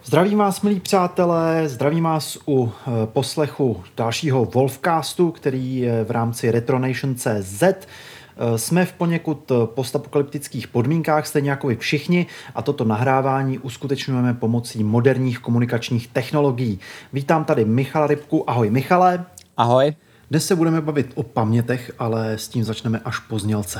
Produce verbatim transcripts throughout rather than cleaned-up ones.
Zdravím vás, milí přátelé, zdravím vás u poslechu dalšího Wolfcastu, který je v rámci Retronation tečka cé zet. Jsme v poněkud postapokalyptických podmínkách, stejně jako vy všichni, a toto nahrávání uskutečňujeme pomocí moderních komunikačních technologií. Vítám tady Michala Rybku. Ahoj, Michale. Ahoj. Dnes se budeme bavit o pamětech, ale s tím začneme až po znělce.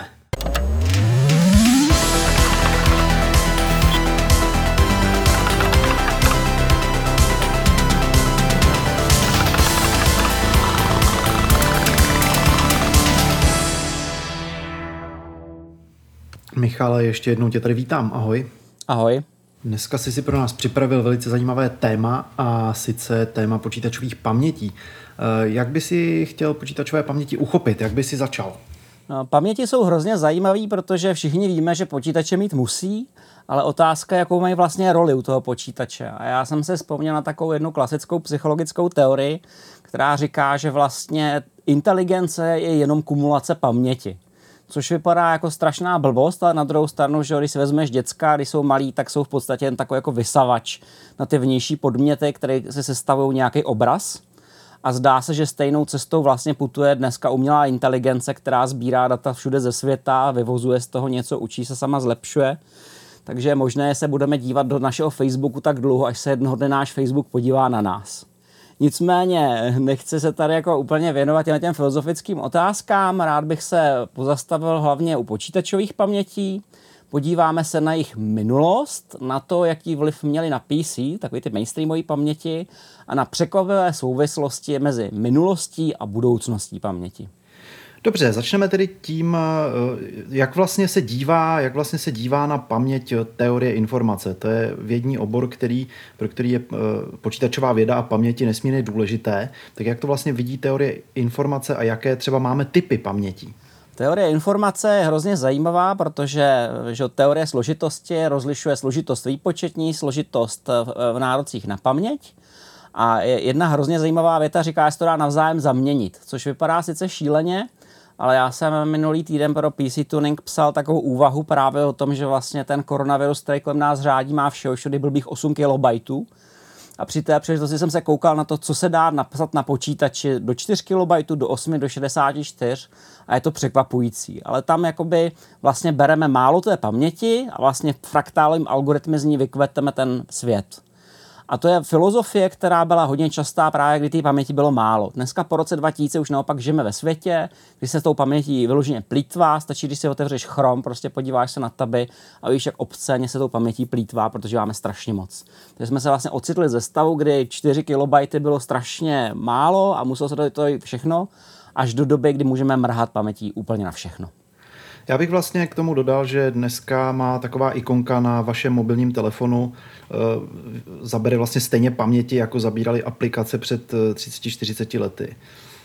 Michale, ještě jednou tě tady vítám. Ahoj. Ahoj. Dneska jsi si pro nás připravil velice zajímavé téma, a sice téma počítačových pamětí. Jak by si chtěl počítačové paměti uchopit? Jak by si začal? No, paměti jsou hrozně zajímavý, protože všichni víme, že počítače mít musí, ale otázka je, jakou mají vlastně roli u toho počítače. A já jsem se vzpomněl na takovou jednu klasickou psychologickou teorii, která říká, že vlastně inteligence je jenom kumulace paměti. Což vypadá jako strašná blbost, ale na druhou stranu, že když si vezmeš děcka, když jsou malí, tak jsou v podstatě jen takový jako vysavač na ty vnější podměty, které se sestavují nějaký obraz. A zdá se, že stejnou cestou vlastně putuje dneska umělá inteligence, která sbírá data všude ze světa, vyvozuje z toho něco, učí se sama, zlepšuje. Takže je možné, že se budeme dívat do našeho Facebooku tak dlouho, až se jednoho dne náš Facebook podívá na nás. Nicméně nechci se tady jako úplně věnovat těm, těm filozofickým otázkám, rád bych se pozastavil hlavně u počítačových pamětí. Podíváme se na jejich minulost, na to, jaký vliv měli na P C, takový ty mainstreamové paměti, a na překvapivé souvislosti mezi minulostí a budoucností paměti. Dobře, začneme tedy tím, jak vlastně se dívá, jak vlastně se dívá na paměť teorie informace. To je vědní obor, který, pro který je počítačová věda a paměti nesmírně důležité. Tak jak to vlastně vidí teorie informace a jaké třeba máme typy paměti? Teorie informace je hrozně zajímavá, protože že teorie složitosti rozlišuje složitost výpočetní, složitost v nárocích na paměť. A jedna hrozně zajímavá věta říká, že se to dá navzájem zaměnit, což vypadá sice šíleně, ale já jsem minulý týden pro P C Tuning psal takovou úvahu právě o tom, že vlastně ten koronavirus, který kolem nás řádí, má všeho všudy blbých osm kilobajtů. A při té příležitosti jsem se koukal na to, co se dá napsat na počítači do čtyři kilobajtů, do osm, do šedesáti čtyř, a je to překvapující. Ale tam jakoby vlastně bereme málo té paměti a vlastně fraktálovým algoritmy z ní vykveteme ten svět. A to je filozofie, která byla hodně častá právě, kdy té paměti bylo málo. Dneska po roce dva tisíce už naopak žijeme ve světě, kdy se tou pamětí vyloženě plýtvá, stačí, když si otevřeš Chrome, prostě podíváš se na taby a víš, jak obsceně se tou pamětí plýtvá, protože máme strašně moc. Takže jsme se vlastně ocitli ze stavu, kdy čtyři kilobajty bylo strašně málo a muselo se to, to všechno, až do doby, kdy můžeme mrhat pamětí úplně na všechno. Já bych vlastně k tomu dodal, že dneska má taková ikonka na vašem mobilním telefonu e, zabere vlastně stejně paměti, jako zabírali aplikace před třicet čtyřicet lety.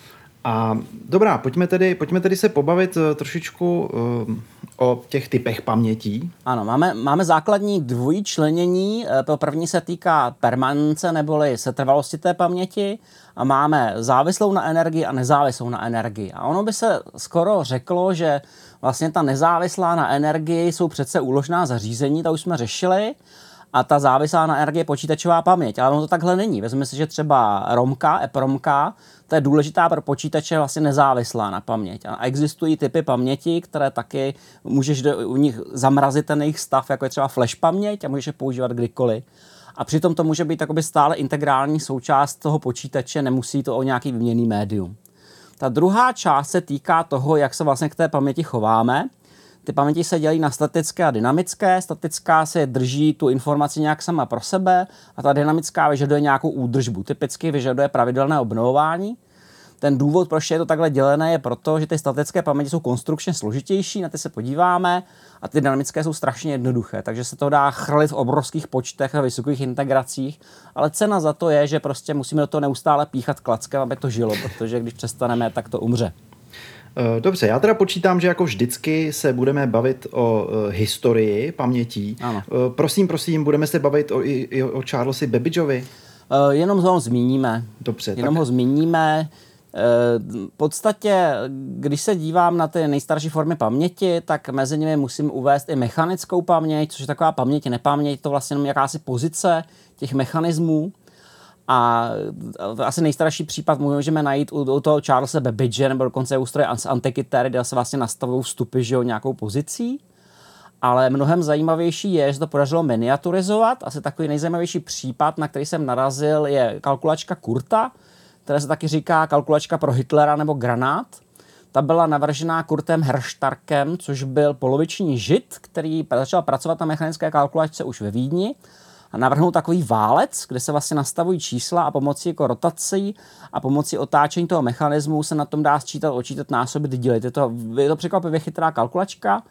A dobrá, pojďme tedy, pojďme tedy se pobavit trošičku e, o těch typech pamětí. Ano, máme, máme základní dvojí členění. To první se týká permanence neboli setrvalosti té paměti a máme závislou na energii a nezávislou na energii. A ono by se skoro řeklo, že vlastně ta nezávislá na energii jsou přece úložná zařízení, to už jsme řešili, a ta závislá na energii je počítačová paměť. Ale ono to takhle není. Vezměme si, že třeba romka, EPROMka, to je důležitá pro počítače, vlastně nezávislá na paměť. A existují typy paměti, které taky můžeš do, u nich zamrazit ten jejich stav, jako je třeba flash paměť, a můžeš je používat kdykoliv. A přitom to může být takoby stále integrální součást toho počítače, nemusí to o nějaký výměnný médium. Ta druhá část se týká toho, jak se vlastně k té paměti chováme. Ty paměti se dělí na statické a dynamické. Statická se drží tu informaci nějak sama pro sebe a ta dynamická vyžaduje nějakou údržbu. Typicky vyžaduje pravidelné obnovování. Ten důvod, proč je to takhle dělené, je proto, že ty statické paměti jsou konstrukčně složitější, na ty se podíváme, a ty dynamické jsou strašně jednoduché, takže se to dá chrlit v obrovských počtech a vysokých integracích, ale cena za to je, že prostě musíme do toho neustále píchat klackem, aby to žilo, protože když přestaneme, tak to umře. Dobře, já teda počítám, že jako vždycky se budeme bavit o uh, historii pamětí. Ano. Uh, prosím, prosím, budeme se bavit o, i, o Charlesi Babbageovi? Uh, jenom ho zmíníme. Dobře. Jenom tak... ho zmíníme. V podstatě, když se dívám na ty nejstarší formy paměti, tak mezi nimi musím uvést i mechanickou paměť, což je taková paměť, nepaměť, to vlastně jenom jakási pozice těch mechanismů. A asi nejstarší případ můžeme najít u, u toho Charlesa Babbage, nebo dokonce u stroje Antikythera, kde se vlastně nastavují vstupy, že jo, nějakou pozicí. Ale mnohem zajímavější je, že se to podařilo miniaturizovat. Asi takový nejzajímavější případ, na který jsem narazil, je kalkulačka Kurta, která se taky říká kalkulačka pro Hitlera nebo granát. Ta byla navržená Kurtem Herštarkem, což byl poloviční Žid, který začal pracovat na mechanické kalkulačce už ve Vídni a navrhnul takový válec, kde se vlastně nastavují čísla a pomocí jako rotací a pomocí otáčení toho mechanismu se na tom dá sčítat, očítat, násobit, dělit. Je to, je to překvapivě chytrá kalkulačka.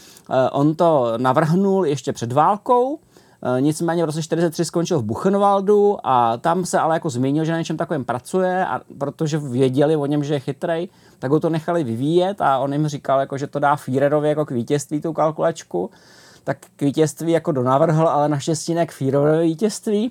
On to navrhnul ještě před válkou, nicméně v roce čtyřicet tři skončil v Buchenwaldu a tam se ale jako zmínil, že na něčem takovém pracuje, a protože věděli o něm, že je chytrej, tak ho to nechali vyvíjet a on jim říkal, jako, že to dá Führerovi jako k vítězství tu kalkulačku. Tak k vítězství jako donavrhl, ale naštěstí ne k Führerovi vítězství.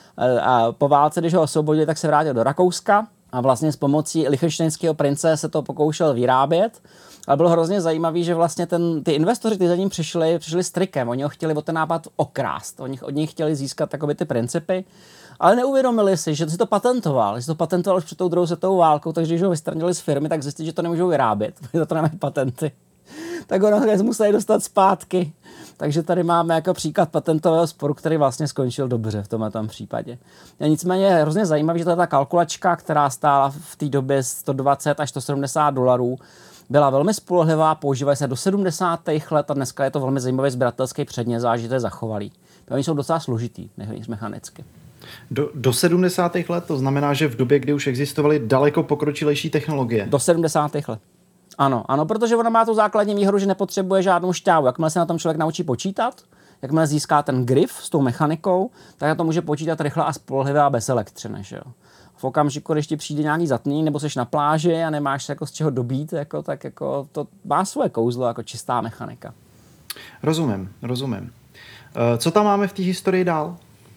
A po válce, když ho osvobodili, tak se vrátil do Rakouska a vlastně s pomocí lichtenštejnského prince se to pokoušel vyrábět. Ale bylo hrozně zajímavé, že vlastně ten, ty investoři, kteří za ním přišli, přišli s trikem. Oni ho chtěli o ten nápad okrást. Oni od něj chtěli získat takoby ty principy, ale neuvědomili si, že si to patentoval. Že to patentoval už před tou druhou světovou válkou, takže když ho vystranili z firmy, tak zjistili, že to nemůžou vyrábět, protože to nemají patenty. Tak ho nakonec museli dostat zpátky. Takže tady máme jako příklad patentového sporu, který vlastně skončil dobře v tomhle tom případě. A nicméně je hrozně zajímavé, že ta kalkulačka, která stála v té době sto dvacet až sto sedmdesát dolarů, byla velmi spolehlivá, používají se do sedmdesátých let a dneska je to velmi zajímavý sběratelský předmět, zážité je zachovalý. Oni jsou docela složitý, než mechanicky. Do, do sedmdesátých let, to znamená, že v době, kdy už existovaly daleko pokročilejší technologie. Do sedmdesátých let. Ano, ano, protože ona má tu základní výhodu, že nepotřebuje žádnou šťávu. Jakmile se na tom člověk naučí počítat, jakmile získá ten grif s tou mechanikou, tak na to může počítat rychle a spolehlivě a bez elektřiny. Že jo? V okamžiku, když ti přijde nějaký zatmění, nebo jsi na pláži a nemáš se jako z čeho dobít, jako, tak jako to má svoje kouzlo jako čistá mechanika. Rozumím, rozumím. Co tam máme v té historii dál?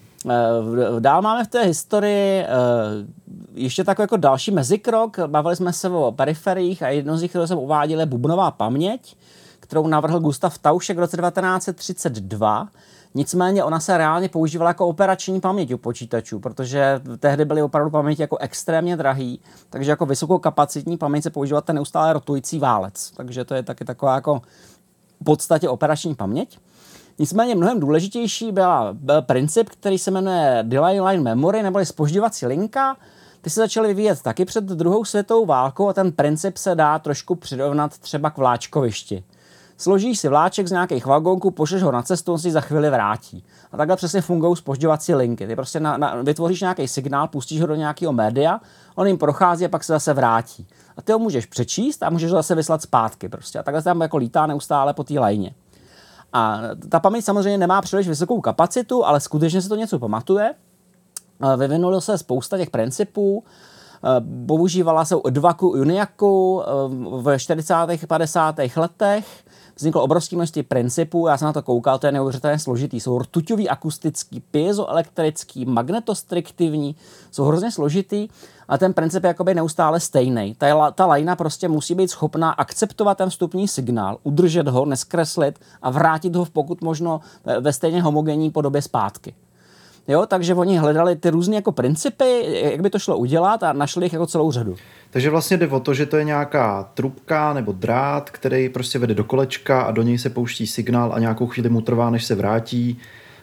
Dál máme v té historii ještě takový jako další mezikrok. Bavili jsme se o periferiích a jedno z nich, kterou jsem uváděl, je bubnová paměť, kterou navrhl Gustav Taušek v roce devatenáct set třicet dva. Nicméně ona se reálně používala jako operační paměť u počítačů, protože tehdy byly opravdu paměti jako extrémně drahý, takže jako vysokokapacitní paměť se používala ten neustále rotující válec. Takže to je taky taková jako v podstatě operační paměť. Nicméně mnohem důležitější byla, byl princip, který se jmenuje Delay Line Memory, neboli zpožďovací linka. Ty se začaly vyvíjet taky před druhou světovou válkou a ten princip se dá trošku přirovnat třeba k vláčkovišti. Složíš si vláček z nějakých vagónků, pošleš ho na cestu, on si za chvíli vrátí. A takhle přesně fungují zpožďovací linky. Ty prostě na, na, vytvoříš nějaký signál, pustíš ho do nějakého média, on jim prochází a pak se zase vrátí. A ty ho můžeš přečíst a můžeš ho zase vyslat zpátky. Prostě. A takhle tam jako lítá neustále po té lajně. A ta paměť samozřejmě nemá příliš vysokou kapacitu, ale skutečně se to něco pamatuje. Vyvinulo se spousta těch principů. Používala se u Edvaku, Uniaku v čtyřicátých padesátých letech. Vzniklo obrovské množství principů, já jsem na to koukal, to je neuvěřitelně složitý. Jsou rtuťový, akustický, piezoelektrický, magnetostriktivní, jsou hrozně složitý a ten princip je jakoby neustále stejný. Ta, ta lajna prostě musí být schopná akceptovat ten vstupní signál, udržet ho, neskreslit a vrátit ho v pokud možno ve stejně homogenní podobě zpátky. Jo, takže oni hledali ty různé jako principy, jak by to šlo udělat a našli jich jako celou řadu. Takže vlastně jde o to, že to je nějaká trubka nebo drát, který prostě vede do kolečka a do něj se pouští signál a nějakou chvíli mu trvá, než se vrátí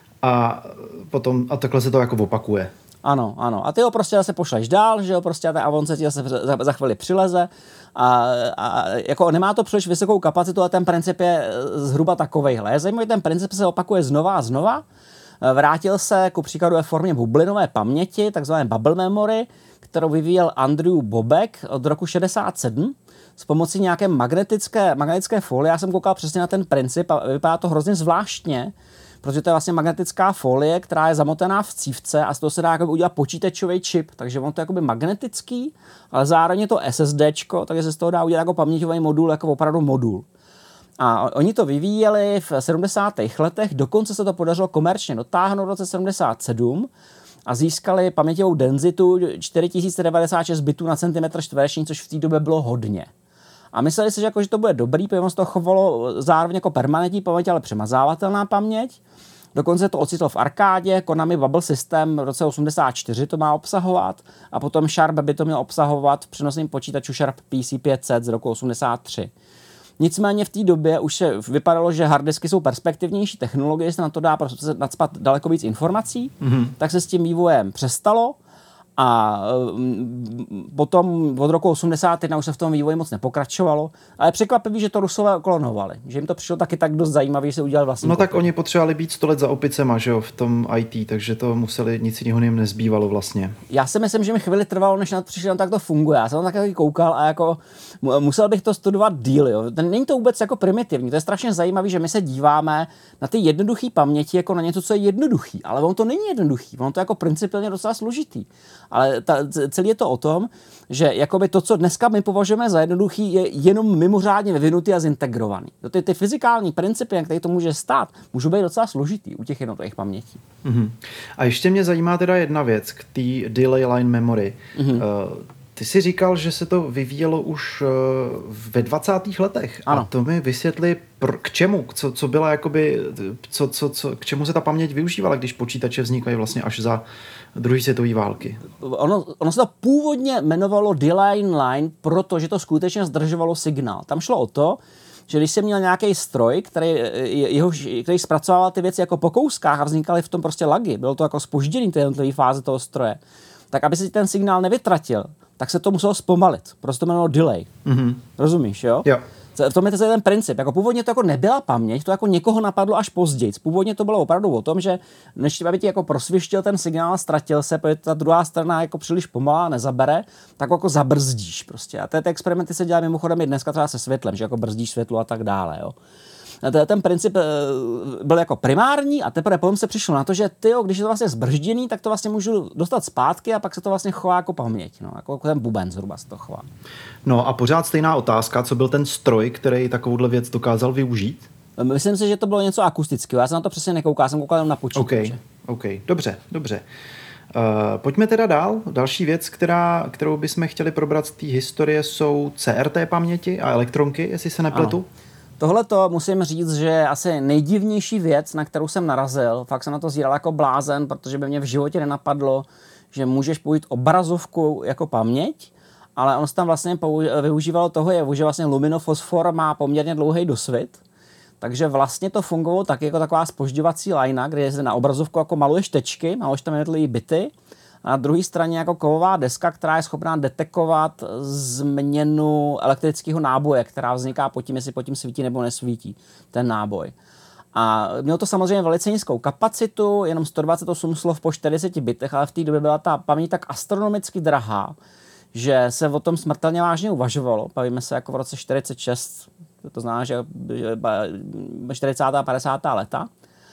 a potom a takhle se to jako opakuje. Ano, ano. A ty ho prostě zase pošleš dál, že jo, prostě a on se ti zase za, za chvíli přileze a, a jako nemá to příliš vysokou kapacitu a ten princip je zhruba takovejhle. Je zajímavý, ten princip se opakuje znova a znova. Vrátil se ku příkladu ve formě bublinové paměti, takzvané bubble memory, kterou vyvíjel Andrew Bobek od roku šedesát sedm s pomocí nějaké magnetické, magnetické folie. Já jsem koukal přesně na ten princip a vypadá to hrozně zvláštně, protože to je vlastně magnetická folie, která je zamotaná v cívce a z toho se dá udělat počítačový čip, takže on to je jakoby magnetický, ale zároveň je to SSDčko, takže se z toho dá udělat jako paměťový modul, jako opravdu modul. A oni to vyvíjeli v sedmdesátých letech, dokonce se to podařilo komerčně dotáhnout v roce sedmdesát sedm a získali paměťovou denzitu čtyři tisíce devadesát šest bitů na centimetr čtvereční, což v té době bylo hodně. A mysleli si, že, jako, že to bude dobrý, protože se to chovalo zároveň jako permanentní paměť, ale přemazávatelná paměť. Dokonce to ocitlo v arkádě, Konami Bubble System v roce osmdesát čtyři to má obsahovat a potom Sharp by to měl obsahovat v přenosném počítaču Sharp P C pět set z roku osmdesát tři. Nicméně v té době už se vypadalo, že harddisky jsou perspektivnější technologie, se na to dá prostě nacpat daleko víc informací, mm-hmm. tak se s tím vývojem přestalo. A potom od roku osmdesát jedna už se v tom vývoji moc nepokračovalo, ale překvapivý, že to Rusové klonovali, že jim to přišlo taky tak dost zajímavé, že se udělali vlastní. No kopii. Tak oni potřebovali být sto let za opicema, že jo, v tom í té, takže to museli, nic jiného jim nezbývalo vlastně. Já si myslím, že mi chvíli trvalo, než na to přišel, tak to funguje. Já jsem tam taky koukal a jako musel bych to studovat díl, jo. Není to vůbec jako primitivní, to je strašně zajímavé, že my se díváme na ty jednoduché paměti jako na něco, co je jednoduchý, ale on to není jednoduchý, on to jako principiálně docela složitý. Ale ta, celý je to o tom, že jakoby to, co dneska my považujeme za jednoduchý, je jenom mimořádně vyvinutý a zintegrovaný. Ty, ty fyzikální principy, jak tady to může stát, můžou být docela složitý u těch jednotlivých pamětí. Mm-hmm. A ještě mě zajímá teda jedna věc k té delay line memory. Mm-hmm. Uh, ty jsi říkal, že se to vyvíjelo už uh, ve dvacátých letech. Ano. A to mi vysvětli, pr- k čemu, co, co byla jakoby, co, co, co, k čemu se ta paměť využívala, když počítače vznikaly vlastně až za druhé světové války. Ono, ono se to původně jmenovalo delay line, protože to skutečně zdržovalo signál. Tam šlo o to, že když jsem měl nějaký stroj, který, jeho, který zpracovával ty věci jako po kouskách a vznikaly v tom prostě lagy, bylo to jako zpožděný ty jednotlivé fáze toho stroje, tak aby se ten signál nevytratil, tak se to muselo zpomalit. Prostě to jmenovalo delay. Mm-hmm. Rozumíš, jo? Jo. V tom je ten princip. Jako původně to jako nebyla paměť, to jako někoho napadlo až později. Původně to bylo opravdu o tom, že než aby ti jako prosvištěl ten signál, ztratil se, protože ta druhá strana jako příliš pomalá nezabere, tak jako zabrzdíš prostě. A ty experimenty se dělají mimochodem i dneska třeba se světlem, že jako brzdíš světlo a tak dále, jo. Ten princip byl jako primární a teprve potom se přišlo na to, že tyjo, když je to vlastně zbržděný, tak to vlastně můžu dostat zpátky a pak se to vlastně chová jako paměť. No, jako ten buben zhruba se to chová. No a pořád stejná otázka, co byl ten stroj, který takovouhle věc dokázal využít? Myslím si, že to bylo něco akustického. Já jsem na to přesně nekoukal, jsem koukal na počítač. Okay, OK, dobře, dobře. Uh, pojďme teda dál. Další věc, která, kterou bychom chtěli probrat z té historie, jsou C R T paměti a elektronky, jestli se nepletu. Ano. Tohle to musím říct, že je asi nejdivnější věc, na kterou jsem narazil. Fakt jsem na to zíral jako blázen, protože by mě v životě nenapadlo, že můžeš použít obrazovku jako paměť, ale on se tam vlastně využíval toho, je, že vlastně luminofosfor má poměrně dlouhý dosvit, takže vlastně to fungovalo tak jako taková zpožďovací lajna, kde na obrazovku jako maluješ tečky, maluješ tam jednotlivé bity, a na druhé straně jako kovová deska, která je schopná detekovat změnu elektrického náboje, která vzniká pod tím, jestli pod tím svítí nebo nesvítí ten náboj. A mělo to samozřejmě velice nízkou kapacitu, jenom sto dvacet osm slov po čtyřiceti bitech, ale v té době byla ta paměť tak astronomicky drahá, že se o tom smrtelně vážně uvažovalo. Bavíme se jako v roce čtyřicet šest, to znamená, že čtyřicátá a padesátá leta.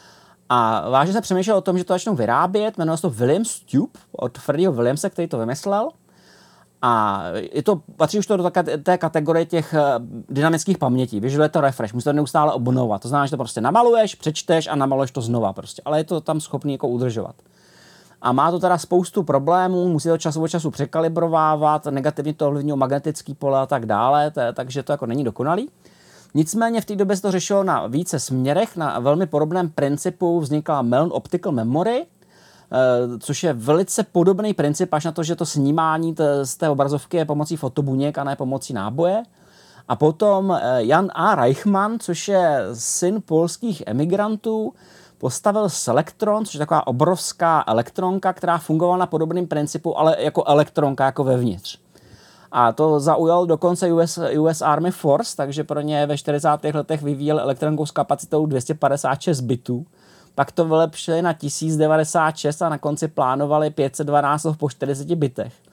A vážně se přemýšlel o tom, že to začnou vyrábět, jmenuje se to Williams Tube od Freddieho Williamse, který to vymyslel. A je to, patří už to do té kategorie těch dynamických pamětí. Vyžaduje to refresh, musíte to neustále obnovovat. To znamená, že to prostě namaluješ, přečteš a namaluješ to znova prostě. Ale je to tam schopný jako udržovat. A má to teda spoustu problémů, musí to čas od času překalibrovávat, negativně to ovlivňuje magnetický pole a tak dále, takže to jako není dokonalý. Nicméně v té době se to řešilo na více směrech, na velmi podobném principu vznikla Mellon Optical Memory, což je velice podobný princip až na to, že to snímání z té obrazovky je pomocí fotobuněk a ne pomocí náboje. A potom Jan A. Reichmann, což je syn polských emigrantů, postavil Selectron, což je taková obrovská elektronka, která fungovala na podobném principu, ale jako elektronka, jako vevnitř. A to zaujal dokonce U S, U S Army Force, takže pro ně ve čtyřicátých letech vyvíjel elektronku s kapacitou dvě stě padesát šest bitů. Pak to vylepšili na tisíc devadesát šest a na konci plánovali pět set dvanáct po čtyřiceti bitech.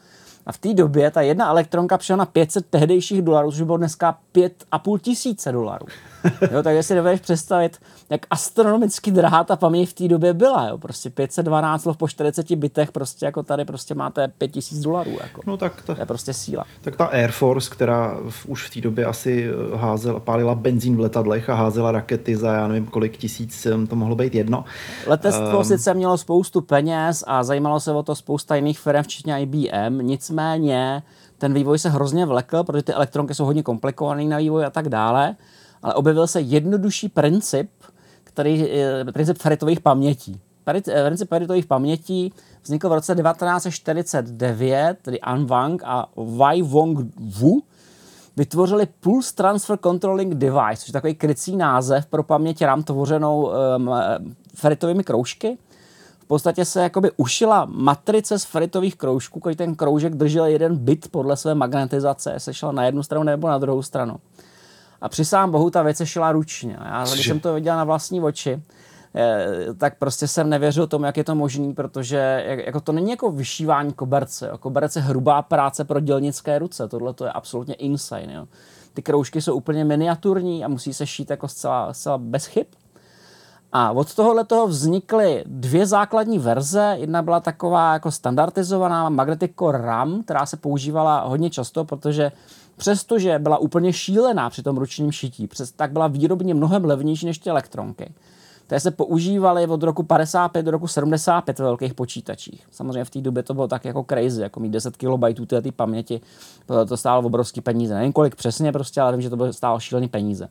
A v té době ta jedna elektronka přišla na pět set tehdejších dolarů, což bylo dneska pět a půl tisíce dolarů. Jo, takže si dovedeš představit, jak astronomicky drahá ta paměť v té době byla. Jo. Prostě pět set dvanáct slov po čtyřiceti bitech, prostě jako tady prostě máte pět tisíc dolarů. Jako. No tak ta, to je prostě síla. Tak ta Air Force, která v, už v té době asi házela, pálila benzín v letadlech a házela rakety za já nevím kolik tisíc, to mohlo být jedno. Letectvo um, sice mělo spoustu peněz a zajímalo se o to spousta jiných firm, včetně I B M, nicméně ten vývoj se hrozně vlekl, protože ty elektronky jsou hodně komplikovaný na vývoj a tak dále, ale objevil se jednodušší princip, který princip feritových pamětí. Princip feritových pamětí vznikl v roce devatenáct set čtyřicet devět, tedy An Wang a Wai Wong Wu vytvořili Pulse Transfer Controlling Device, což je takový krycí název pro paměť RAM tvořenou um, feritovými kroužky. V podstatě se jakoby ušila matrice z feritových kroužků, který ten kroužek držel jeden bit podle své magnetizace, se šla na jednu stranu nebo na druhou stranu. A přisám bohu ta věc se šila ručně. Já, když jsem to viděl na vlastní oči, tak prostě jsem nevěřil tomu, jak je to možný, protože jako to není jako vyšívání koberce. Jo. Koberce je hrubá práce pro dělnické ruce. Tohle to je absolutně insane. Jo. Ty kroužky jsou úplně miniaturní a musí se šít jako zcela, zcela bez chyb. A od tohohle toho vznikly dvě základní verze. Jedna byla taková jako standardizovaná Magnetic Core RAM, která se používala hodně často, protože přestože byla úplně šílená při tom ručním šití, přes, tak byla výrobně mnohem levnější než ty elektronky. Které se používaly od roku padesát pět do roku sedmdesát pět ve velkých počítačích. Samozřejmě v té době to bylo tak jako crazy, jako mít deset kilobajtů té paměti, to stálo obrovský peníze. Nevím kolik přesně prostě, ale vím, že to bylo stálo šílený peníze.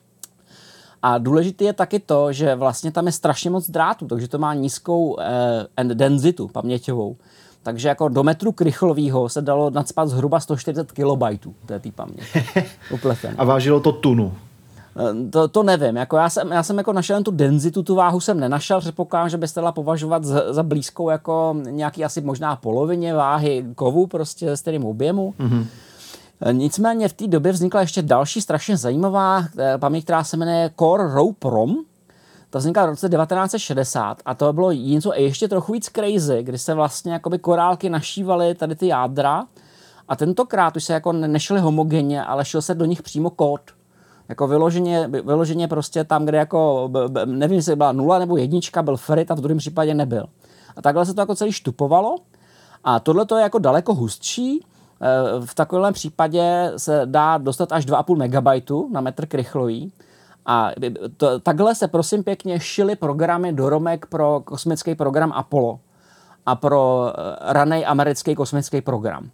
A důležité je taky to, že vlastně tam je strašně moc drátů, takže to má nízkou eh, denzitu paměťovou. Takže jako do metru krychlovýho se dalo nacpat zhruba sto čtyřicet kilobajtů té paměti. Upletené. A vážilo to tunu? To, to nevím. Jako já, jsem, já jsem jako našel tu denzitu, tu váhu jsem nenašel, předpokládám, že byste dala považovat za, za blízkou jako nějaký asi možná polovině váhy kovu prostě s stejným objemu. Mm-hmm. Nicméně v té době vznikla ještě další strašně zajímavá paměť, která se jmenuje Core Rope ROM. Ta vznikla v roce devatenáct set šedesát a to bylo něco ještě trochu víc crazy, kdy se vlastně jakoby korálky našívaly tady ty jádra a tentokrát už se jako nešly homogenně, ale šel se do nich přímo kód. Jako vyloženě, vyloženě prostě tam, kde jako, nevím, jestli byla nula nebo jednička, byl ferit a v druhém případě nebyl. A takhle se to jako celý štupovalo a tohle to je jako daleko hustší. V takovém případě se dá dostat až dva a půl megabajtu na metr krychlový. A to, takhle se prosím pěkně šily programy do romek pro kosmický program Apollo a pro raný americký kosmický program.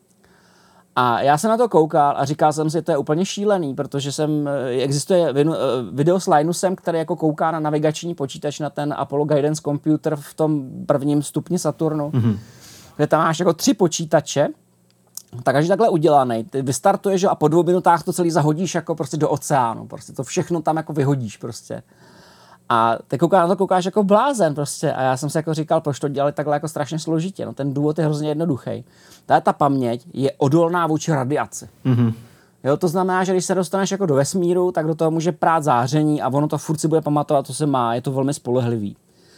A já jsem na to koukal a říkal jsem si, to je úplně šílený, protože jsem, existuje video s Linusem, který jako kouká na navigační počítač na ten Apollo Guidance Computer v tom prvním stupni Saturnu. Mm-hmm. Kde tam máš jako tři počítače, tak až takhle udělaný, ty vystartuješ a po dvou minutách to celý zahodíš jako prostě do oceánu, prostě to všechno tam jako vyhodíš prostě. A ty kouká, na to koukáš jako blázen prostě a já jsem si jako říkal, proč to dělali takhle jako strašně složitě, no ten důvod je hrozně jednoduchý. Ta ta paměť je odolná vůči radiaci. Mm-hmm. Jo, to znamená, že když se dostaneš jako do vesmíru, tak do toho může prát záření a ono to furt si bude pamatovat, co se má, je to velmi spolehlivý.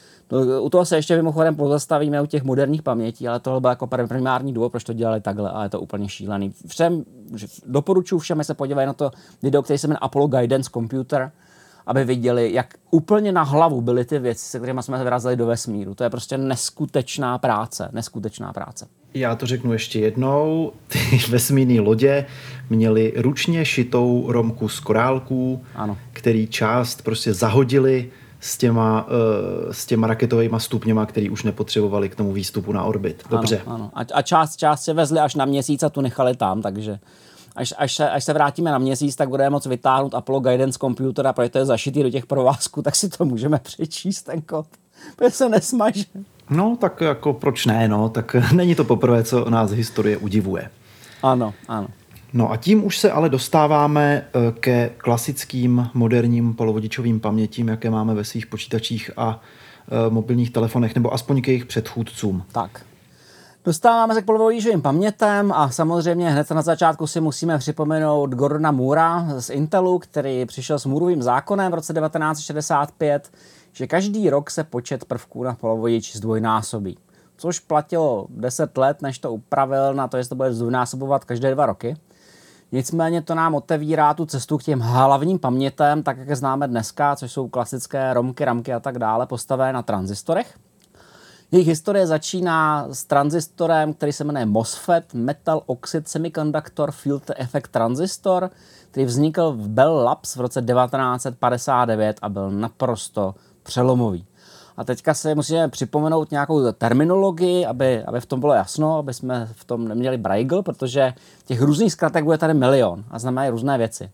U toho se ještě mimochodem pozastavíme u těch moderních pamětí, ale tohle byl jako primární důvod, proč to dělali takhle a je to úplně šílený. Všem, doporučuji všem, se podívají na to video, který se jmenuje Apollo Guidance Computer, aby viděli, jak úplně na hlavu byly ty věci, se kterými jsme vyrazili do vesmíru. To je prostě neskutečná práce, neskutečná práce. Já to řeknu ještě jednou. Ty vesmírné lodě měly ručně šitou romku z korálků, ano. Který část prostě zahodili s těma, uh, s těma raketovými stupněma, který už nepotřebovali k tomu výstupu na orbit. Dobře. Ano, ano. A, a část, část se vezli až na měsíc a tu nechali tam, takže až, až, se, až se vrátíme na měsíc, tak budeme moct vytáhnout Apollo Guidance Computer a protože to je zašitý do těch provázků, tak si to můžeme přečíst ten kód. Protože se nesmaže. No, tak jako proč ne, no, tak není to poprvé, co nás historie udivuje. Ano, ano. No a tím už se ale dostáváme ke klasickým moderním polovodičovým pamětím, jaké máme ve svých počítačích a e, mobilních telefonech, nebo aspoň k jejich předchůdcům. Tak. Dostáváme se k polovodičovým pamětem a samozřejmě hned na začátku si musíme připomenout Gordona Moora z Intelu, který přišel s Moorovým zákonem v roce devatenáct set šedesát pět, že každý rok se počet prvků na polovodič zdvojnásobí. což platilo deset let, než to upravil na to, že se to bude zdvojnásobovat každé dva roky. Nicméně to nám otevírá tu cestu k těm hlavním pamětem, tak jak je známe dneska, což jsou klasické romky, ramky a tak dále, postavené na tranzistorech. Jejich historie začíná s tranzistorem, který se jmenuje MOSFET, Metal Oxide Semiconductor Field Effect Transistor, který vznikl v Bell Labs v roce devatenáct set padesát devět a byl naprosto přelomový. A teďka si musíme připomenout nějakou terminologii, aby, aby v tom bylo jasno, aby jsme v tom neměli brajgl, protože těch různých zkratek bude tady milion a znamenají různé věci.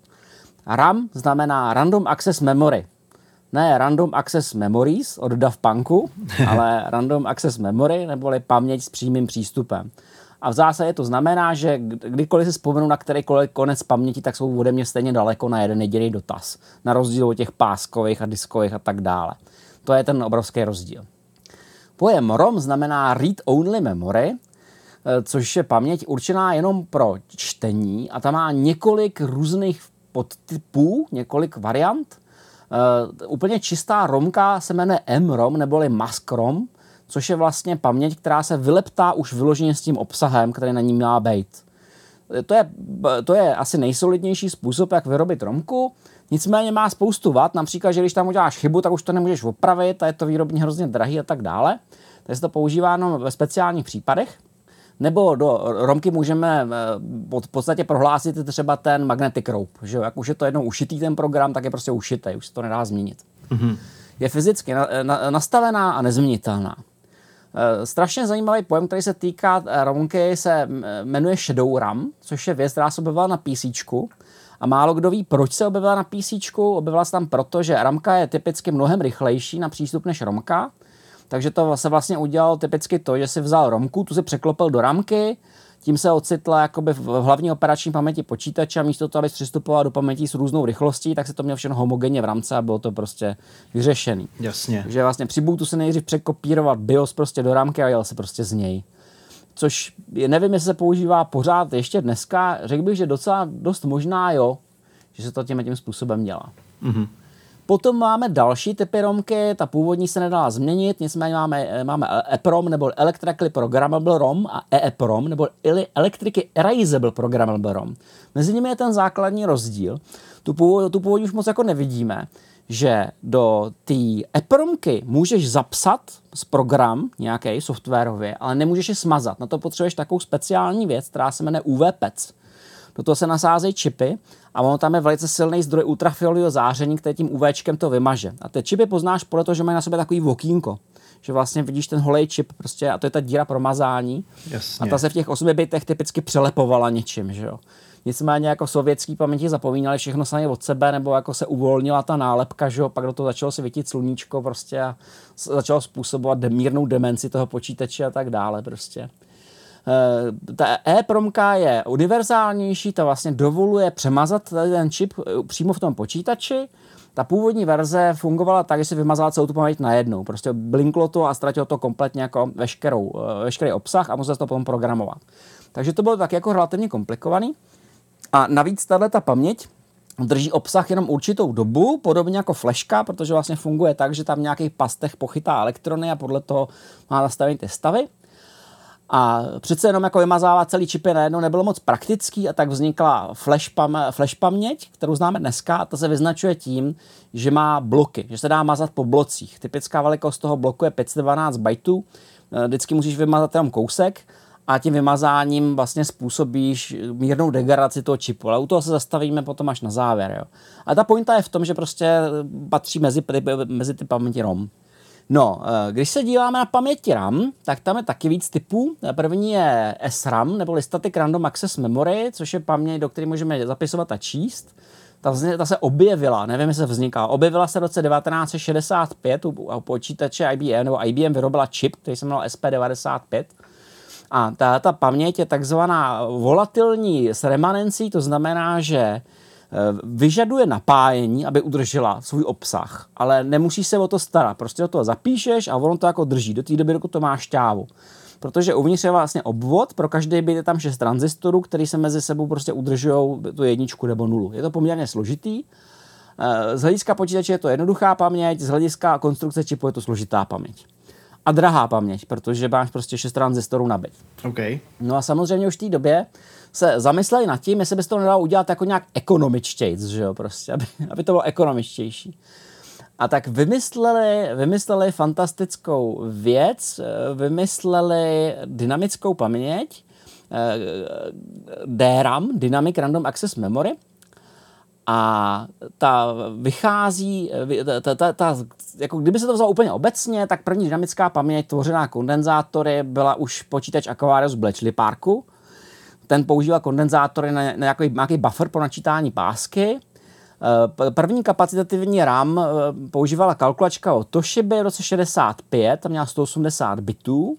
RAM znamená Random Access Memory. Ne Random Access Memories od Daft Punku, ale Random Access Memory, neboli paměť s přímým přístupem. A v zásadě to znamená, že kdykoliv si vzpomenu na kterýkoliv konec paměti, tak jsou ode mě stejně daleko na jeden jediný dotaz. Na rozdíl od těch páskových a diskových a tak dále. To je ten obrovský rozdíl. Pojem ROM znamená Read Only Memory, což je paměť určená jenom pro čtení a tam má několik různých podtypů, několik variant. Uh, úplně čistá romka se jmenuje M ROM neboli Mask ROM, což je vlastně paměť, která se vyleptá už vyloženě s tím obsahem, který na ní má být. To je, to je asi nejsolidnější způsob, jak vyrobit romku, nicméně má spoustu vad, například, že když tam uděláš chybu, tak už to nemůžeš opravit a je to výrobně hrozně drahý a tak dále. Takže se to používá jenom ve speciálních případech. Nebo do romky můžeme v podstatě prohlásit třeba ten magnetic rope, že jak už je to jednou ušitý ten program, tak je prostě ušitý, už se to nedá změnit. Mm-hmm. Je fyzicky na, na, nastavená a nezměnitelná. E, strašně zajímavý pojem, který se týká romky, se jmenuje Shadow RAM, což je věc, která se objevila na PCčku. A málo kdo ví, proč se objevila na PCčku. Objevila se tam proto, že ramka je typicky mnohem rychlejší na přístup než romka. Takže to se vlastně udělalo typicky to, že si vzal romku, tu si překlopil do ramky, tím se ocitla jakoby v hlavní operační paměti počítače a místo toho, aby přistupoval do paměti s různou rychlostí, tak se to měl všechno homogenně v rámci a bylo to prostě vyřešený. Jasně. Takže vlastně při bootu se nejdřív překopírovat BIOS prostě do ramky a jel se prostě z něj. Což nevím, jestli se používá pořád ještě dneska, řekl bych, že docela dost možná jo, že se to tím tím způsobem dělá. Mhm. Potom máme další typy romky, ta původní se nedala změnit, nicméně máme, máme EEPROM nebo Electrically Programmable ROM a EEPROM nebo Electrically Erasable Programmable ROM. Mezi nimi je ten základní rozdíl. Tu, původ, tu původní už moc jako nevidíme, že do té EEPROMky můžeš zapsat z program nějaký softwarově, ale nemůžeš je smazat. Na to potřebuješ takovou speciální věc, která se jmenuje U V P E C. Do toho se nasázejí čipy a ono tam je velice silný zdroj ultrafiolového záření, který tím UVčkem to vymaže. A ty čipy poznáš podle toho, že mají na sobě takový okýnko. Že vlastně vidíš ten holej čip prostě a to je ta díra pro mazání. Jasně. A ta se v těch osmi bitech typicky přelepovala něčím, že jo. Nicméně jako sovětský paměti zapomínali všechno sami od sebe, nebo jako se uvolnila ta nálepka, že jo, pak do toho začalo se vytit sluníčko prostě a začalo způsobovat mírnou demenci toho počítače a tak dále prostě. Ta EEPROMka je univerzálnější, ta vlastně dovoluje přemazat ten čip přímo v tom počítači. Ta původní verze fungovala tak, že si vymazala celou tu paměť najednou. Prostě blinklo to a ztratilo to kompletně jako veškerou, veškerý obsah a musel se to potom programovat. Takže to bylo tak jako relativně komplikovaný. A navíc tato paměť drží obsah jenom určitou dobu, podobně jako fleška, protože vlastně funguje tak, že tam v nějakých pastech pochytá elektrony a podle toho má nastavit ty stavy. A přece jenom jako vymazávat celý čipy najednou nebylo moc praktický a tak vznikla flash, pam, flash paměť, kterou známe dneska a ta se vyznačuje tím, že má bloky, že se dá mazat po blocích. Typická velikost toho bloku je pět set dvanáct bajtů, vždycky musíš vymazat jenom kousek a tím vymazáním vlastně způsobíš mírnou degradaci toho čipu, ale u toho se zastavíme potom až na závěr. Jo. A ta pointa je v tom, že prostě patří mezi, mezi ty paměti ROM. No, když se díváme na paměti RAM, tak tam je taky víc typů. První je S RAM, nebo Static Random Access Memory, což je paměť, do které můžeme zapisovat a číst. Ta, vznik, ta se objevila, nevím, jestli vznikala. Objevila se v roce devatenáct set šedesát pět u, u počítače I B M, nebo I B M vyrobila čip, který se jmenoval S P devadesát pět. A ta, ta paměť je takzvaná volatilní s remanencí, to znamená, že vyžaduje napájení, aby udržela svůj obsah, ale nemusíš se o to starat. Prostě do toho zapíšeš a ono to jako drží do té doby, dokud to má šťávu. Protože uvnitř je vlastně obvod, pro každý byt je tam šest tranzistorů, který se mezi sebou prostě udržují tu jedničku nebo nulu. Je to poměrně složitý. Z hlediska počítače je to jednoduchá paměť, z hlediska konstrukce čipu je to složitá paměť. a drahá paměť, protože máš prostě šest tranzistorů nabit. Okay. No a samozřejmě už v té době se zamysleli nad tím, jestli by se to nedalo udělat jako nějak ekonomičtějc, že jo, prostě, aby, aby to bylo ekonomičtější. A tak vymysleli, vymysleli fantastickou věc, vymysleli dynamickou paměť, D RAM, Dynamic Random Access Memory, a ta vychází, ta, ta, ta, jako kdyby se to vzalo úplně obecně, tak první dynamická paměť tvořená kondenzátory byla už počítač Aquarius Bletchley Parku. Ten používal kondenzátory na, na nějaký, nějaký buffer pro načítání pásky. První kapacitativní RAM používala kalkulačka od Toshiby v roce šedesát pět, tam měla sto osmdesát bitů.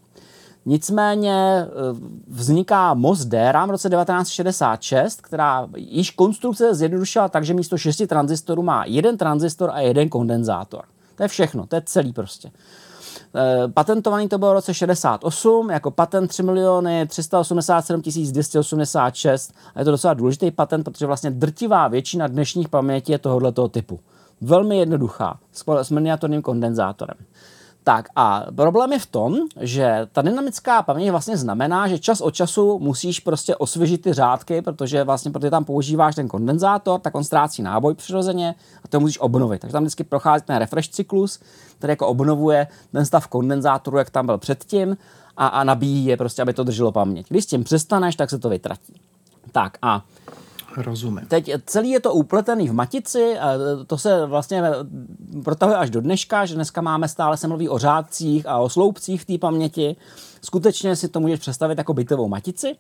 Nicméně vzniká M O S D RAM v roce devatenáct set šedesát šest, která již konstrukce zjednodušila tak, že místo šesti tranzistorů má jeden tranzistor a jeden kondenzátor. To je všechno, to je celý prostě. Patentovaný to bylo v roce šedesát osm, jako patent tři miliony tři sta osmdesát sedm tisíc dvě stě osmdesát šest. A je to docela důležitý patent, protože vlastně drtivá většina dnešních pamětí je tohoto typu. Velmi jednoduchá, s miniaturním kondenzátorem. Tak a problém je v tom, že ta dynamická paměť vlastně znamená, že čas od času musíš prostě osvěžit ty řádky, protože vlastně protože tam používáš ten kondenzátor, tak on ztrácí náboj přirozeně a to musíš obnovit. Takže tam vždycky prochází ten refresh cyklus, který jako obnovuje ten stav kondenzátoru, jak tam byl předtím, a, a nabíjí je prostě, aby to drželo paměť. Když s tím přestaneš, tak se to vytratí. Tak a rozumím. Teď celý je to upletený v matici, to se vlastně protahuje až do dneška, že dneska máme stále se mluví o řádcích a o sloupcích v té paměti. Skutečně si to můžeš představit jako bitovou matici.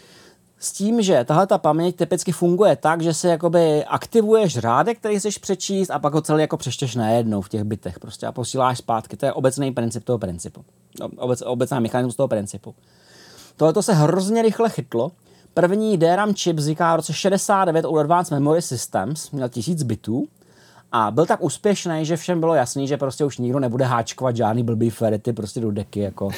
S tím, že tahle ta paměť typicky funguje tak, že se jakoby aktivuješ řádek, který chceš přečíst a pak ho celý jako přečteš najednou v těch bitech prostě a posíláš zpátky. To je obecný princip toho principu. Obec, obecná mechanismus toho principu. Tohle se hrozně rychle chytlo. První D RAM čip vzniká v roce šedesát devět u Advanced Memory Systems, měl tisíc bitů a byl tak úspěšný, že všem bylo jasný, že prostě už nikdo nebude háčkovat žádný blbý ferity prostě do deky, jako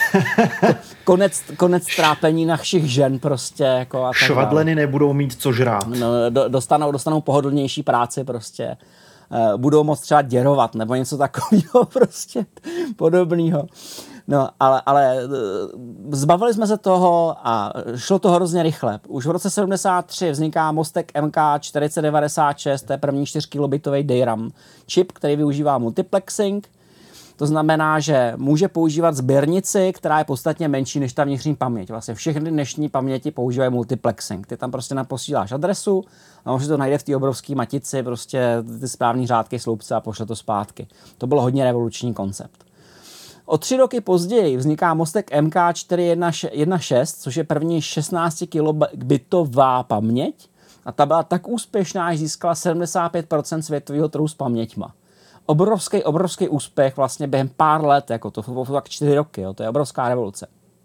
konec, konec trápení našich žen prostě, jako a tak švadleny dále. Nebudou mít co žrát. No, do, dostanou, dostanou pohodlnější práci prostě, uh, budou moct třeba děrovat nebo něco takového prostě podobného. No, ale, ale zbavili jsme se toho a šlo to hrozně rychle. Už v roce sedmdesát tři vzniká mostek M K čtyřicet devadesát šest, to je první čtyři kilobitový D RAM čip, který využívá multiplexing. To znamená, že může používat sběrnici, která je podstatně menší než ta vnitřní paměť. Vlastně všechny dnešní paměti používají multiplexing. Ty tam prostě naposíláš adresu a on si to najde v té obrovské matici, prostě ty správné řádky, sloupce a pošle to zpátky. To byl hodně revoluční koncept. O tři roky později vzniká mostek M K čtyři jedna šest, což je první šestnáct kilobitová paměť a ta byla tak úspěšná, že získala sedmdesát pět procent světového trhu s paměťma. Obrovský, obrovský úspěch vlastně během pár let, jako to bylo tak čtyři roky, jo, to je obrovská revoluce.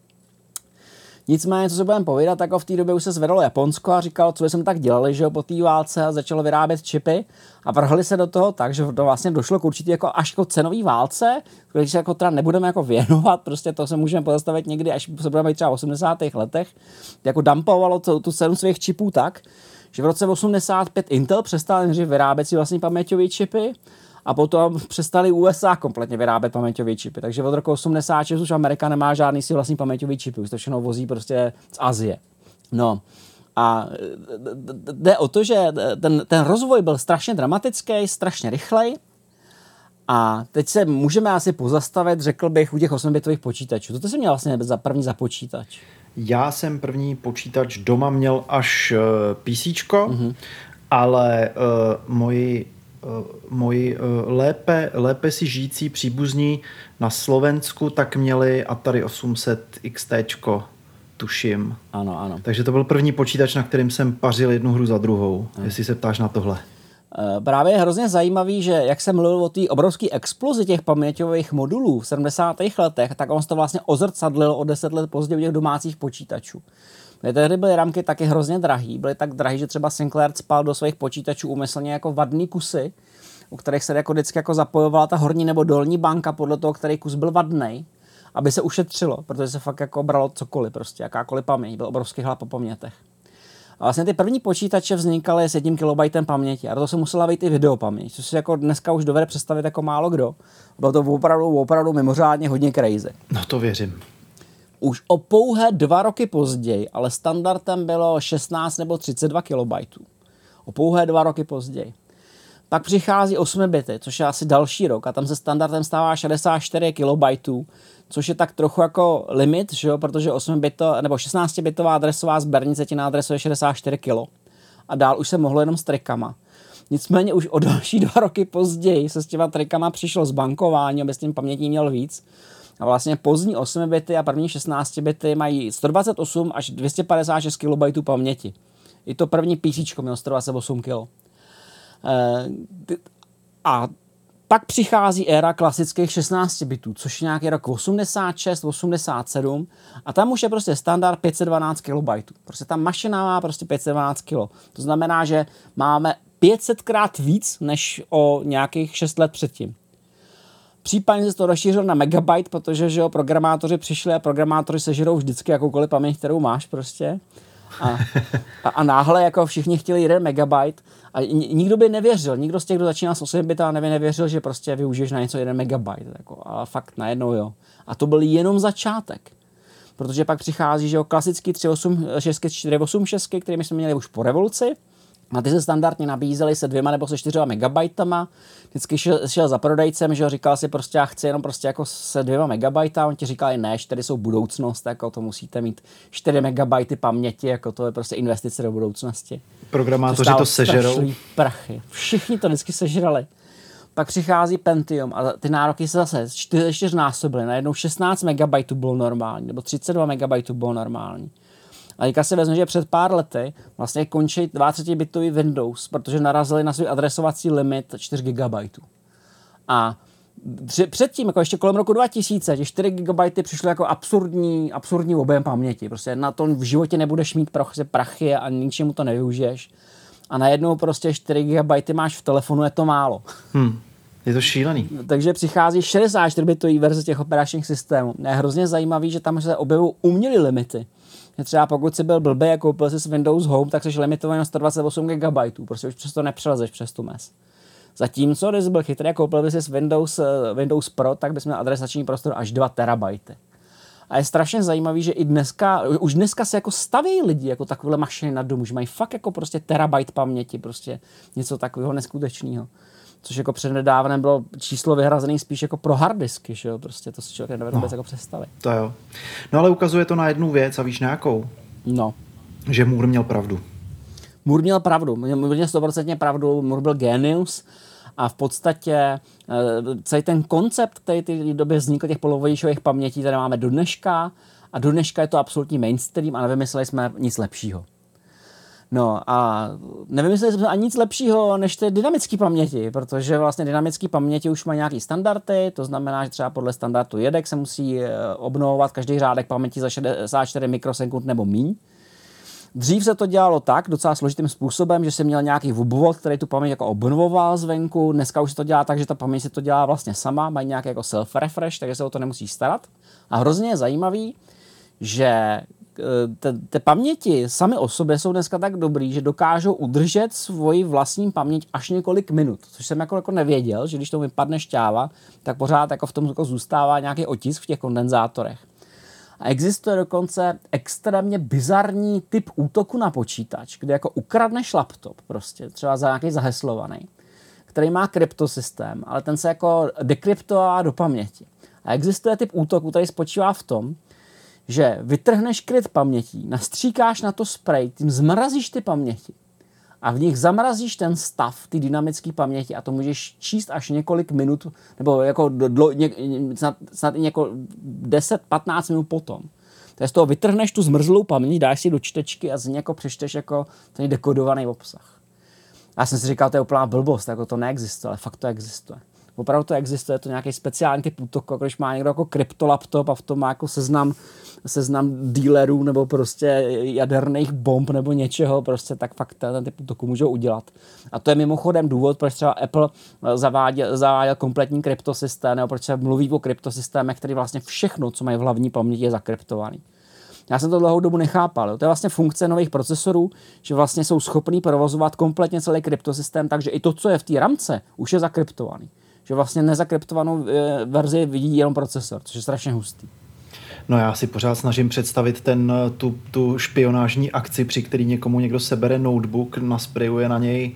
Nicméně, co se budeme povídat, tak v té době už se zvedalo Japonsko a říkalo, co jsme tak dělali, že jo, po té válce a začalo vyrábět čipy a vrhli se do toho tak, že to vlastně došlo k určitě jako až k cenový válce, když se jako teda nebudeme jako věnovat, prostě to se můžeme pozastavit někdy, až se budeme být třeba v osmdesátých letech, jako dumpovalo tu, tu cenu svých čipů tak, že v roce osmdesát pět Intel přestal vyrábět si vlastní paměťové čipy a potom přestali U S A kompletně vyrábět paměťové čipy. Takže od roku osmdesát šest už Amerika nemá žádný si vlastní paměťové čipy, už to všechno vozí prostě z Asie. No a jde o to, že ten, ten rozvoj byl strašně dramatický, strašně rychlej a teď se můžeme asi pozastavit, řekl bych, u těch osmibitových počítačů. To jsi měl vlastně za první za počítač? Já jsem první počítač doma měl až uh, PCčko, mm-hmm. ale uh, moji moji lépe, lépe si žijící příbuzní na Slovensku tak měli Atari osm set X T, tuším. Ano, ano. Takže to byl první počítač, na kterým jsem pařil jednu hru za druhou, ano. Jestli se ptáš na tohle. Právě je hrozně zajímavý, že jak jsem mluvil o té obrovské explozi těch paměťových modulů v sedmdesátých letech, tak on se to vlastně ozrcadlil o deset let později u těch domácích počítačů. Tehdy byly ramky taky hrozně drahý, byly tak drahý, že třeba Sinclair spal do svých počítačů úmyslně jako vadný kusy, u kterých se jako vždycky jako zapojovala ta horní nebo dolní banka podle toho, který kus byl vadnej, aby se ušetřilo, protože se fakt jako bralo cokoliv, prostě jakákoliv paměť, byl obrovský hlad po pamětech. A vlastně ty první počítače vznikaly s jedním kilobajtem paměti a to se musela být i videopaměť, což si jako dneska už dovede představit jako málo kdo. Bylo to opravdu, opravdu mimořádně hodně crazy. No to věřím. Už o pouhé dva roky později, ale standardem bylo šestnáct nebo třicet dva kilobajtů. O pouhé dva roky později. Pak přichází osm bity, což je asi další rok a tam se standardem stává šedesát čtyři kilobajtů, což je tak trochu jako limit, že jo? Protože osm bito, nebo šestnáctibitová adresová sběrnice ti naadresuje šedesát čtyři kilo. A dál už se mohlo jenom s trikama. Nicméně už o další dva roky později se s těma trikama přišlo zbankování, aby s tím pamětí měl víc. A vlastně pozdní osm bity a první šestnáct bity mají sto dvacet osm až dvě stě padesát šest kilobajtů paměti. I to první PCčko mělo sto dvacet osm kilo. A pak přichází éra klasických šestnáct bitů, což je nějaký rok osmdesát šest, osmdesát sedm a tam už je prostě standard pět set dvanáct kilobajtů. Prostě ta mašina má prostě pět set dvanáct kilo. To znamená, že máme pět set krát víc než o nějakých šest let předtím. Případně se to rozšířilo na megabyte, protože že jo, programátoři přišli a programátoři sežerou vždycky jakoukoliv paměť, kterou máš prostě. A, a, a náhle jako všichni chtěli jeden megabyte a nikdo by nevěřil, nikdo z těch, kdo začínal s osm bita, nevě nevěřil, že prostě využiješ na něco jeden megabyte. Jako, a fakt najednou jo. A to byl jenom začátek. Protože pak přichází, že jo, klasický tři osm šest, čtyři osm šest, který jsme měli už po revoluci. A ty se standardně nabízely se dvěma nebo se čtyřma megabajtama. Vždycky šel, šel za prodejcem, že jo, říkal si prostě, já chci jenom prostě jako se dvěma megabajta. On ti říkal, ne, čtyři jsou budoucnost, jako to musíte mít čtyři megabajty paměti, jako to je prostě investice do budoucnosti. Programátoři to sežerou. Prachy. Všichni to vždycky sežrali. Pak přichází Pentium a ty nároky se zase čtyř, čtyřnásobily. Najednou šestnáct megabajtů bylo normální, nebo třicet dva megabajtů bylo normální. A teďka si vezmu, že před pár lety vlastně končí dvacetibitový Windows, protože narazili na svůj adresovací limit čtyři gigabajtů. A předtím, jako ještě kolem roku dva tisíce, těch čtyři gigabajty přišly jako absurdní, absurdní objem paměti. Prostě na to v životě nebudeš mít prostě prachy a ničemu to nevyužiješ. A najednou prostě čtyři gigabajty máš v telefonu, je to málo. Hmm. Je to šílený. Takže přichází šedesát čtyři bitový verze těch operačních systémů. Je hrozně zajímavý, že tam se objevují umělé limity. Třeba pokud jsi byl blbý a koupil jsi Windows Home, tak jsi limitovaný na sto dvacet osm gigabajtů. Prostě už přesto nepřelezeš přes tu mez. Zatímco, když jsi byl chytrý a koupil bys Windows, Windows Pro, tak bys měl adresační prostor až dva terabajty. A je strašně zajímavý, že i dneska, už dneska se jako staví lidi jako takové mašiny na domu, že mají fakt jako prostě terabajt paměti, prostě něco takového neskutečného. Což jako přednedávnem bylo číslo vyhrazené spíš jako pro harddisky, že jo, prostě to si člověk nedovede vůbec no, jako představit. To jo. No ale ukazuje to na jednu věc a víš nějakou? No. Že Moore měl pravdu. Moore měl pravdu, Moore měl stoprocentně pravdu, Moore byl genius a v podstatě celý ten koncept, který v době vznikl těch polovodičových pamětí, tady máme do dneška a do dneška je to absolutní mainstream a nevymysleli jsme nic lepšího. No a nevymysleli jsme ani nic lepšího než ty dynamické paměti, protože vlastně dynamické paměti už mají nějaký standardy, to znamená, že třeba podle standardu jedek se musí obnovovat každý řádek paměti za šedesát čtyři mikrosekund nebo míň. Dřív se to dělalo tak, docela složitým způsobem, že se měl nějaký obvod, který tu paměť jako obnovoval zvenku. Dneska už se to dělá tak, že ta paměť se to dělá vlastně sama, mají nějaký jako self-refresh, takže se o to nemusí starat. A hrozně je zajímavý, že ty paměti sami o sobě jsou dneska tak dobrý, že dokážou udržet svoji vlastní paměť až několik minut, což jsem jako, jako nevěděl, že když to vypadne šťáva, tak pořád jako v tom jako zůstává nějaký otisk v těch kondenzátorech. A existuje dokonce extrémně bizarní typ útoku na počítač, kde jako ukradneš laptop, prostě třeba za nějaký zaheslovaný, který má kryptosystém, ale ten se jako dekryptová do paměti. A existuje typ útoku, který spočívá v tom, že vytrhneš kryt pamětí, nastříkáš na to spray, tím zmrazíš ty paměti a v nich zamrazíš ten stav, ty dynamické paměti a to můžeš číst až několik minut, nebo jako dlo, ně, snad, snad i něko deset patnáct minut potom. To je z toho vytrhneš tu zmrzlou paměť, dáš si do čtečky a z ní jako přečteš jako ten dekodovaný obsah. Já jsem si říkal, to je úplná blbost, jako to neexistuje, ale fakt to existuje. Opravdu to existuje, je to nějaký speciální typ útoku, když má někdo jako kryptolaptop a v tom má jako seznam, seznam dealerů nebo prostě jaderných bomb nebo něčeho, prostě tak fakt ten typ útoku můžou udělat. A to je mimochodem důvod, proč třeba Apple zaváděl, zaváděl kompletní kryptosystém, nebo proč se mluví o kryptosystémech, který vlastně všechno, co mají v hlavní paměti, je zakryptovaný. Já jsem to dlouhou dobu nechápal. Jo. To je vlastně funkce nových procesorů, že vlastně jsou schopní provozovat kompletně celý kryptosystém, takže i to, co je v té ramce, už je zakryptovaný. Že vlastně nezakryptovanou e, verzi vidí jenom procesor, což je strašně hustý. No já si pořád snažím představit ten, tu, tu špionážní akci, při který někomu někdo sebere notebook, nasprejuje na něj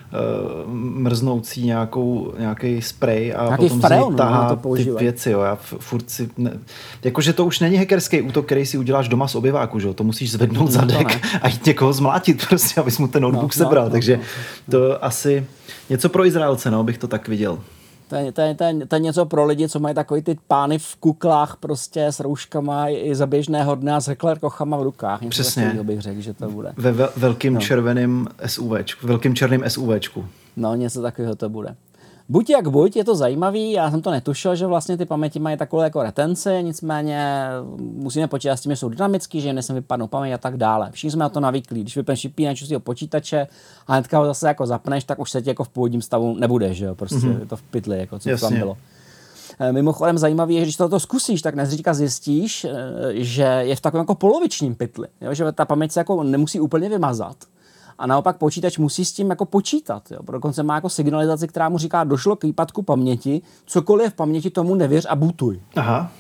uh, mrznoucí nějakou, nějaký spray a nějaký potom freon, z něj tahá to ty věci. Jo. Já furt si... Ne, jakože to už není hackerský útok, který si uděláš doma z obyváku, že jo. To musíš zvednout no, zadek a jít někoho zmlátit prostě, abys mu ten notebook no, sebral. No, Takže no, no. to asi něco pro Izraelce, no, bych to tak viděl. To je, to, je, to, je, to je něco pro lidi, co mají takový ty pány v kuklách prostě s rouškama i za běžného dne a s heklerkochama v rukách. Něco přesně. Takového bych řekl, že to bude. Ve vel, velkým no. červeným SUVčku, velkým černým SUVčku. No, něco takového to bude. Buď jak buď, je to zajímavý, já jsem to netušil, že vlastně ty paměti mají takovou jako retenci, nicméně musíme počítat s tím, že jsou dynamický, že jim nesmí vypadnou paměť a tak dále. Všichni jsme na to navyklí, když vypneš vypínač svého počítače a hnedka ho zase jako zapneš, tak už se ti jako v původním stavu nebude, že jo, prostě mm-hmm. je to v pytli, jako co tam bylo. Mimochodem zajímavý je, že když to zkusíš, tak nezřídka zjistíš, že je v takovém jako polovičním pytli, jo? Že ta paměť se jako nemusí úplně vymazat. A naopak počítač musí s tím jako počítat. Jo. Dokonce má jako signalizaci, která mu říká, došlo k výpadku paměti, cokoliv je v paměti, tomu nevěř a bootuj. Aha.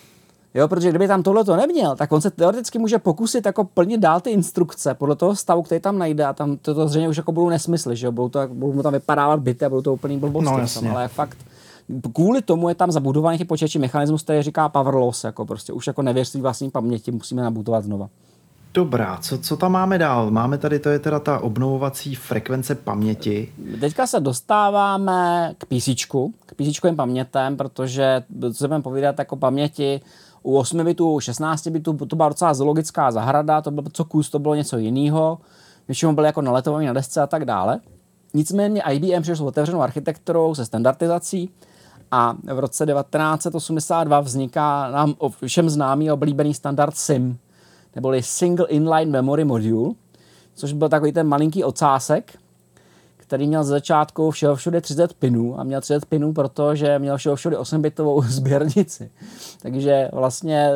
Jo, protože kdyby tam tohle to neměl, tak on se teoreticky může pokusit jako plnit dál ty instrukce podle toho stavu, který tam najde a tam to, to zřejmě už jako budou nesmysly, že jo, budou, to, budou mu tam vypadávat byty a budou to úplný blbosti. No, jasně. Ale fakt, kvůli tomu je tam zabudovaný ty počítači mechanismus, který říká power loss, jako prostě už jako nevěř svým vlastní paměti, musíme nabutovat znova. Dobrá, co, co tam máme dál? Máme tady, to je teda ta obnovovací frekvence paměti. Teďka se dostáváme k písíčku, k písíčkovým pamětem, protože, co se budeme povídat, jako paměti u osmi bitů, u šestnácti bitů, to byla docela zoologická zahrada, to bylo co kus, to bylo něco jiného, většinou byly jako naletovaný na desce a tak dále. Nicméně I B M přišel s otevřenou architekturou, se standardizací a v roce devatenáct set osmdesát dva vzniká nám všem známý oblíbený standard S I M, neboli Single Inline Memory Module, což byl takový ten malinký ocásek, který měl z začátku všeho všude třicet pinů a měl třicet pinů, protože měl všeho všude osm-bitovou sběrnici. Takže vlastně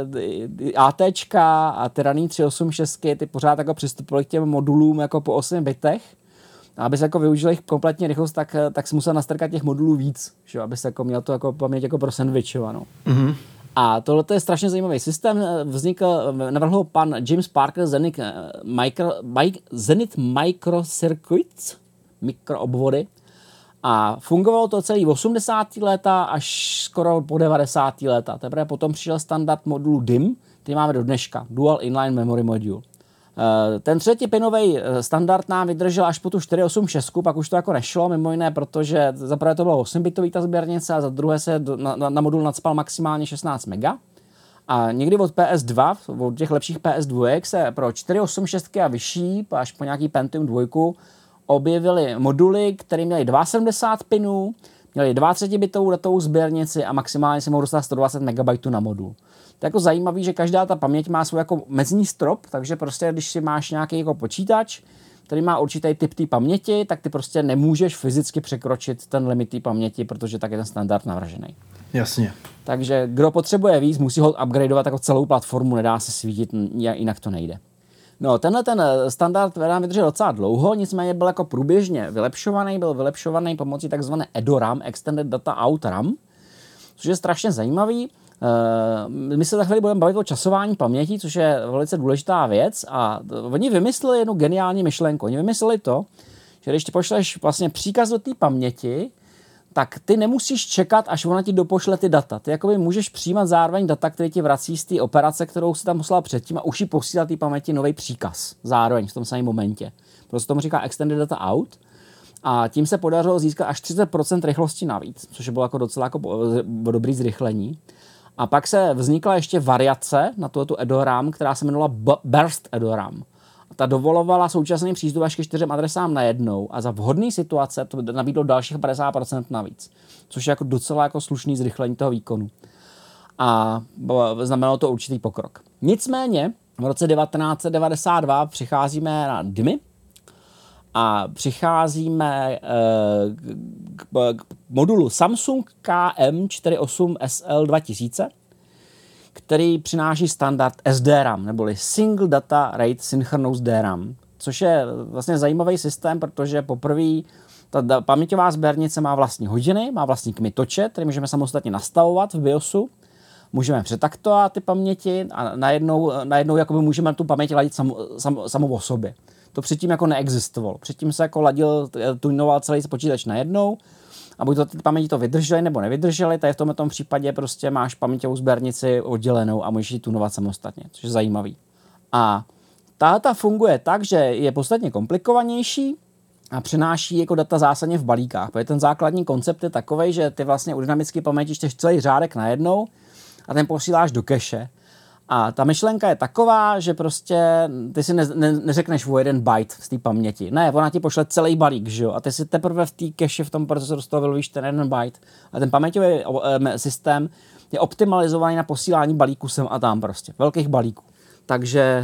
ATčka a ty raný tři osm šest ty pořád jako přistupovaly k těm modulům jako po osmi bitech. A aby se jako využil jich kompletně rychlost, tak, tak si musel nastrkat těch modulů víc, že? Aby se jako měl to jako paměť jako pro sandwichovanou. Mm-hmm. A tohle je strašně zajímavý systém. Vznikl, navrhl pan James Parker Zenith, micro, Zenith Microcircuits, mikroobvody. A fungovalo to celý osmdesátá léta až skoro po devadesátá léta. Teprve potom přišel standard modulu D I M, který máme do dneška, Dual Inline Memory Module. Ten třetipinový standard nám vydržel až po tu čtyři osm šest, pak už to jako nešlo, mimo jiné, protože za prvé to bylo osm-bitový ta sběrnice a za druhé se na, na, na modul nacpal maximálně šestnáct mega. A někdy od P S dva, od těch lepších P S dva, se pro čtyři osm šest a vyšší, až po nějaký Pentium dva, objevily moduly, které měly sedmdesát dva pinů, měly dvacetibitovou datovou sběrnici a maximálně se mohou dostat sto dvacet megabajtů na modul. To je jako zajímavý, že každá ta paměť má svůj jako mezní strop, takže prostě když si máš nějaký jako počítač, který má určitý typ té paměti, tak ty prostě nemůžeš fyzicky překročit ten limit té paměti, protože tak je ten standard navržený. Jasně. Takže kdo potřebuje víc, musí ho upgradeovat jako celou platformu, nedá se svítit, jinak to nejde. No, tenhle ten standard nám vydržel docela dlouho, nicméně byl jako průběžně vylepšovaný, byl vylepšovaný pomocí takzvané E D O RAM, Extended Data Out RAM, což je strašně zajímavý. My se za chvíli budeme bavit o časování paměti, což je velice důležitá věc a oni vymysleli jednu geniální myšlenku. Oni vymysleli to, že když ti pošleš vlastně příkaz do té paměti, tak ty nemusíš čekat, až ona ti dopošle ty data. Ty jakoby můžeš přijímat zároveň data, které ti vrací z té operace, kterou si tam poslal předtím a už ji posílat té paměti nový příkaz. Zároveň v tom samém momentě. Proto se tomu říká Extended Data Out. A tím se podařilo získat až třicet procent rychlosti navíc, což bylo jako docela jako dobrý zrychlení. A pak se vznikla ještě variace na tuto E D O RAM, která se jmenovala Burst E D O RAM. A ta dovolovala současný přístup až ke čtyřem adresám najednou a za vhodné situace to nabídlo dalších padesát procent navíc, což je jako docela jako slušný zrychlení toho výkonu. A znamenalo to určitý pokrok. Nicméně v roce devatenáct set devadesát dva přicházíme na D I M Y a přicházíme k modulu Samsung K M čtyřicet osm S L dva tisíce, který přináší standard S D RAM, neboli Single Data Rate Synchronous D RAM, což je vlastně zajímavý systém, protože poprvé ta paměťová sběrnice má vlastní hodiny, má vlastní kmitočet, který můžeme samostatně nastavovat v BIOSu, můžeme přetaktovat ty paměti a najednou, najednou jakoby můžeme tu paměť ladit sam, sam, samou o sobě. To předtím jako neexistovalo. Předtím se jako ladil, tunoval celý počítač najednou a buď to ty paměti to vydržely nebo nevydržely, tady v tomto případě prostě máš paměťovou sběrnici oddělenou a můžeš ji tunovat samostatně, což je zajímavý. A ta funguje tak, že je podstatně komplikovanější a přináší jako data zásadně v balíkách. Protože ten základní koncept je takovej, že ty vlastně u dynamické paměti čteš celý řádek najednou a ten posíláš do cache. A ta myšlenka je taková, že prostě ty si ne, ne, neřekneš o jeden byte z té paměti. Ne, ona ti pošle celý balík, že jo? A ty si teprve v té cache v tom procesoru z toho vylovíš ten jeden byte. A ten paměťový e, systém je optimalizovaný na posílání balíků sem a tam prostě. Velkých balíků. Takže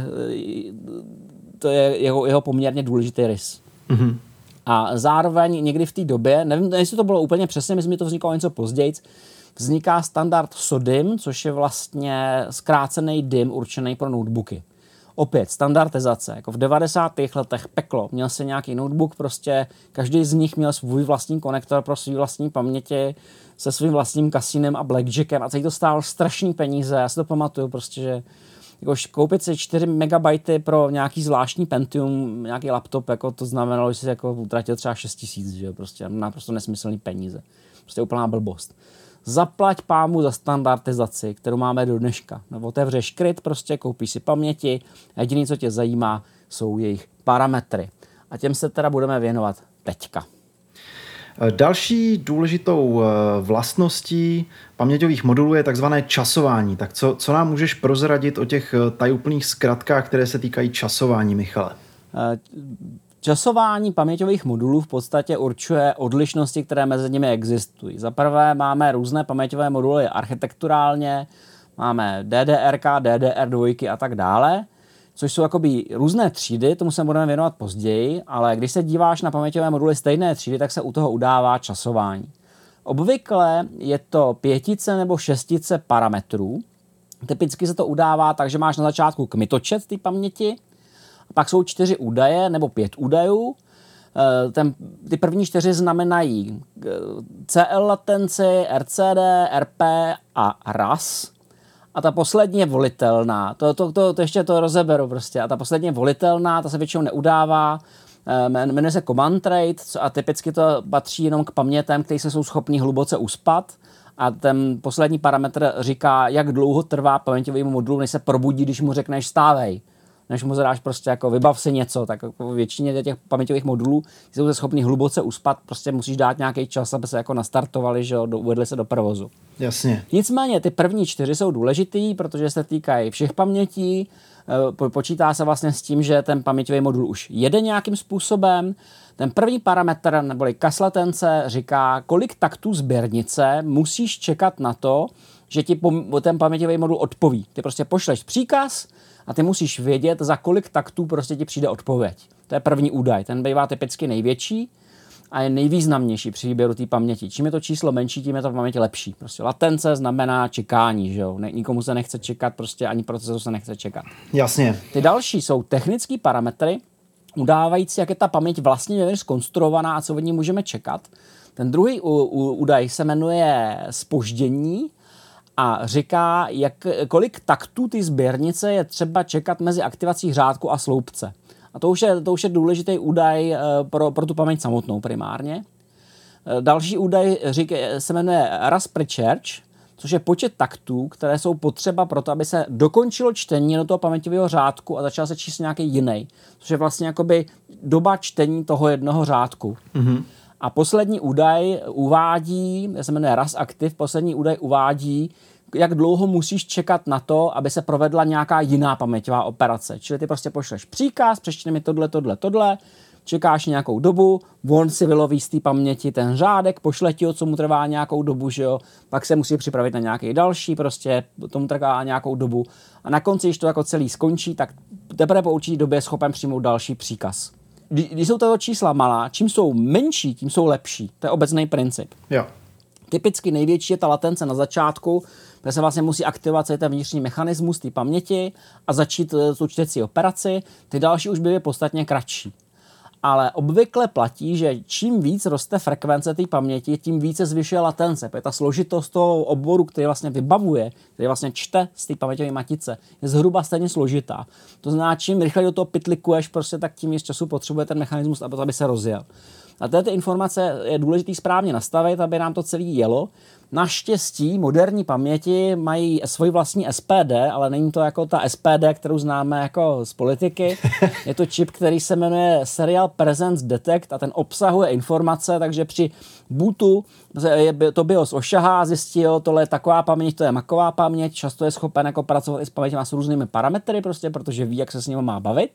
to je jeho, jeho poměrně důležitý rys. Mm-hmm. A zároveň někdy v té době, nevím, jestli to bylo úplně přesně, myslím, že to vzniklo něco později, vzniká standard S O D I M, což je vlastně zkrácený D I M určený pro notebooky. Opět standardizace, jako v devadesátých letech peklo. Měl si nějaký notebook, prostě každý z nich měl svůj vlastní konektor pro svý vlastní paměti se svým vlastním kasínem a blackjackem a celý to stálo strašný peníze. Já si to pamatuju prostě, že jako koupit si čtyři megabajty pro nějaký zvláštní Pentium, nějaký laptop, jako to znamenalo, že si jako utratil třeba šest tisíc, že jo, prostě naprosto nesmyslný peníze. Prostě úplná blbost. Zaplať pámu za standardizaci, kterou máme do dneška. Nebo otevřeš kryt, prostě koupíš si paměti a jediné, co tě zajímá, jsou jejich parametry. A těm se teda budeme věnovat teďka. Další důležitou vlastností paměťových modulů je takzvané časování. Tak co, co nám můžeš prozradit o těch tajuplných zkratkách, které se týkají časování, Michale? Časování paměťových modulů v podstatě určuje odlišnosti, které mezi nimi existují. Za prvé máme různé paměťové moduly architekturálně, máme D D R K, D D R dva a tak dále, což jsou jakoby různé třídy, tomu se budeme věnovat později, ale když se díváš na paměťové moduly stejné třídy, tak se u toho udává časování. Obvykle je to pětice nebo šestice parametrů. Typicky se to udává tak, že máš na začátku kmitočet té paměti, pak jsou čtyři údaje nebo pět údajů. Ten, ty první čtyři znamenají C L latenci, R C D, R P a R A S. A ta poslední je volitelná. To, to, to, to ještě to rozeberu prostě. A ta poslední je volitelná, ta se většinou neudává. Jmenuje se command rate a typicky to patří jenom k pamětem, které se jsou schopný hluboce uspat. A ten poslední parametr říká, jak dlouho trvá paměťovýmu modulu, než se probudí, když mu řekneš stávej. Než mu zadáš prostě jako vybav si něco, tak jako většině těch paměťových modulů jsou schopný hluboce uspat, prostě musíš dát nějaký čas, aby se jako nastartovali, že jo, uvedli se do provozu. Jasně. Nicméně ty první čtyři jsou důležitý, protože se týkají všech pamětí, počítá se vlastně s tím, že ten paměťový modul už jede nějakým způsobem. Ten první parametr, neboli cas latence, říká, kolik taktů sběrnice musíš čekat na to, že ti ten paměťový modul odpoví. Ty prostě pošleš příkaz a ty musíš vědět, za kolik taktů prostě ti přijde odpověď. To je první údaj. Ten bývá typicky největší a je nejvýznamnější při výběru té paměti. Čím je to číslo menší, tím je to v paměti lepší. Prostě latence znamená čekání, že jo. Nikomu se nechce čekat, prostě ani procesu se nechce čekat. Jasně. Ty další jsou technické parametry, udávající, jak je ta paměť vlastně zkonstruovaná a co od ní můžeme čekat. Ten druhý údaj se jmenuje zpoždění a říká, jak, kolik taktů ty sběrnice je třeba čekat mezi aktivací řádku a sloupce. A to už je, to už je důležitý údaj pro, pro tu paměť samotnou primárně. Další údaj říká, se jmenuje R A S precharge, což je počet taktů, které jsou potřeba pro to, aby se dokončilo čtení do toho paměťového řádku a začal se číst nějaký jiný. Což je vlastně jakoby doba čtení toho jednoho řádku. Mm-hmm. A poslední údaj uvádí, se jmenuje R A S active, poslední údaj uvádí, jak dlouho musíš čekat na to, aby se provedla nějaká jiná paměťová operace. Čili ty prostě pošleš příkaz, přečte mi tohle, tohle, tohle, čekáš nějakou dobu, on si vyloví z té paměti ten řádek, pošle ti ho, co mu trvá nějakou dobu, že jo, pak se musí připravit na nějaký další, prostě tomu trvá nějakou dobu a na konci, když to jako celý skončí, tak teprve po určitý době je schopen přijmout další příkaz. Když jsou tato čísla malá, čím jsou menší, tím jsou lepší. To je obecný princip. Jo. Typicky největší je ta latence na začátku, kde se vlastně musí aktivovat celý ten vnitřní mechanismus té paměti a začít tu čtecí operaci. Ty další už byly podstatně kratší. Ale obvykle platí, že čím víc roste frekvence té paměti, tím více zvyšuje latence. Protože ta složitost toho oboru, který vlastně vybavuje, který vlastně čte z té paměťové matice, je zhruba stejně složitá. To znamená, čím rychleji do toho pytlikuješ, prostě, tak tím víc času potřebuje ten mechanismus, aby se rozjel. A této informace je důležité správně nastavit, aby nám to celé jelo. Naštěstí moderní paměti mají svoji vlastní S P D, ale není to jako ta S P D, kterou známe jako z politiky. Je to čip, který se jmenuje Serial Presence Detect a ten obsahuje informace, takže při bootu to BIOS ošahá, zjistí, jo, tohle je taková paměť, to je maková paměť, často je schopen jako pracovat i s paměťma s různými parametry, prostě, protože ví, jak se s ním má bavit.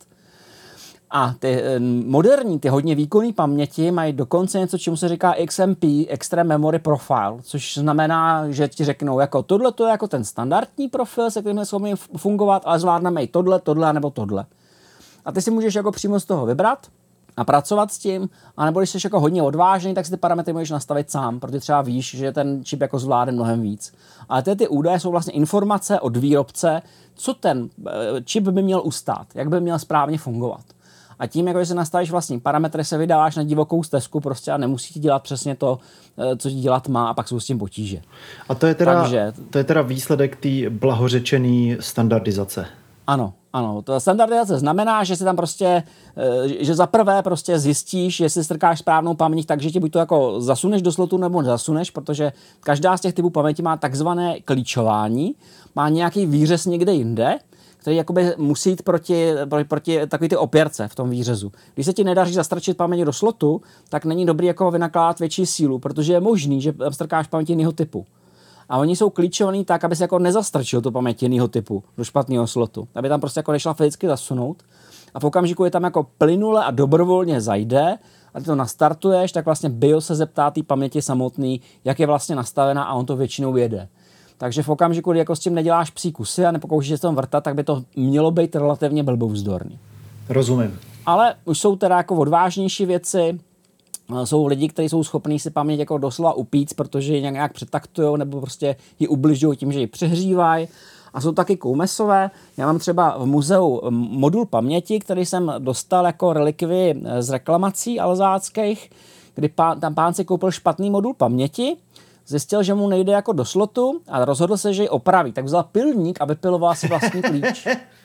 A ty moderní, ty hodně výkonné paměti mají dokonce něco, čemu se říká X M P, Extreme Memory Profile, což znamená, že ti řeknou, jako tohle to je jako ten standardní profil, se kterým jsme schopni fungovat, ale zvládneme i tohle, tohle nebo tohle. A ty si můžeš jako přímo z toho vybrat a pracovat s tím, anebo když jsi jako hodně odvážný, tak si ty parametry můžeš nastavit sám, protože třeba víš, že ten čip jako zvládne mnohem víc. Ale ty, ty údaje jsou vlastně informace od výrobce, co ten čip by měl ustát, jak by měl správně fungovat. A tím, jako, že si nastavíš vlastní parametry, se vydáváš na divokou stezku prostě a nemusí ti dělat přesně to, co ti dělat má, a pak jsou s tím potíže. A to je teda, Takže, to je teda výsledek té blahořečené standardizace. Ano, ano. To standardizace znamená, že si tam prostě, že za prvé prostě zjistíš, jestli strkáš správnou paměť, takže ti buď to jako zasuneš do slotu nebo nezasuneš, protože každá z těch typů paměti má takzvané klíčování, má nějaký výřez někde jinde, který jakoby musí jít proti, proti, proti takový ty opěrce v tom výřezu. Když se ti nedaří zastrčit paměť do slotu, tak není dobrý jako vynakládat větší sílu, protože je možný, že strkáš paměť jiného typu. A oni jsou klíčovaný tak, aby se jako nezastrčil tu paměť jiného typu do špatného slotu. Aby tam prostě jako nešla fyzicky zasunout. A v okamžiku je tam jako plynule a dobrovolně zajde a ty to nastartuješ, tak vlastně BIOS se zeptá té paměti samotný, jak je vlastně nastavená, a on to většinou jede. Takže v okamžiku, kdy jako s tím neděláš psí kusy a nepokoušíš se tom vrtat, tak by to mělo být relativně blbouvzdorný. Rozumím. Ale už jsou teda jako odvážnější věci. Jsou lidi, kteří jsou schopní si paměť jako doslova upít, protože ji nějak přetaktujou nebo prostě ji ubližují tím, že ji přehřívají. A jsou taky koumesové. Já mám třeba v muzeu modul paměti, který jsem dostal jako relikvii z reklamací alzáckých, kdy pán, tam pán si koupil špatný modul paměti, zjistil, že mu nejde jako do slotu a rozhodl se, že ji opraví. Tak vzal pilník a vypiloval si vlastní klíč.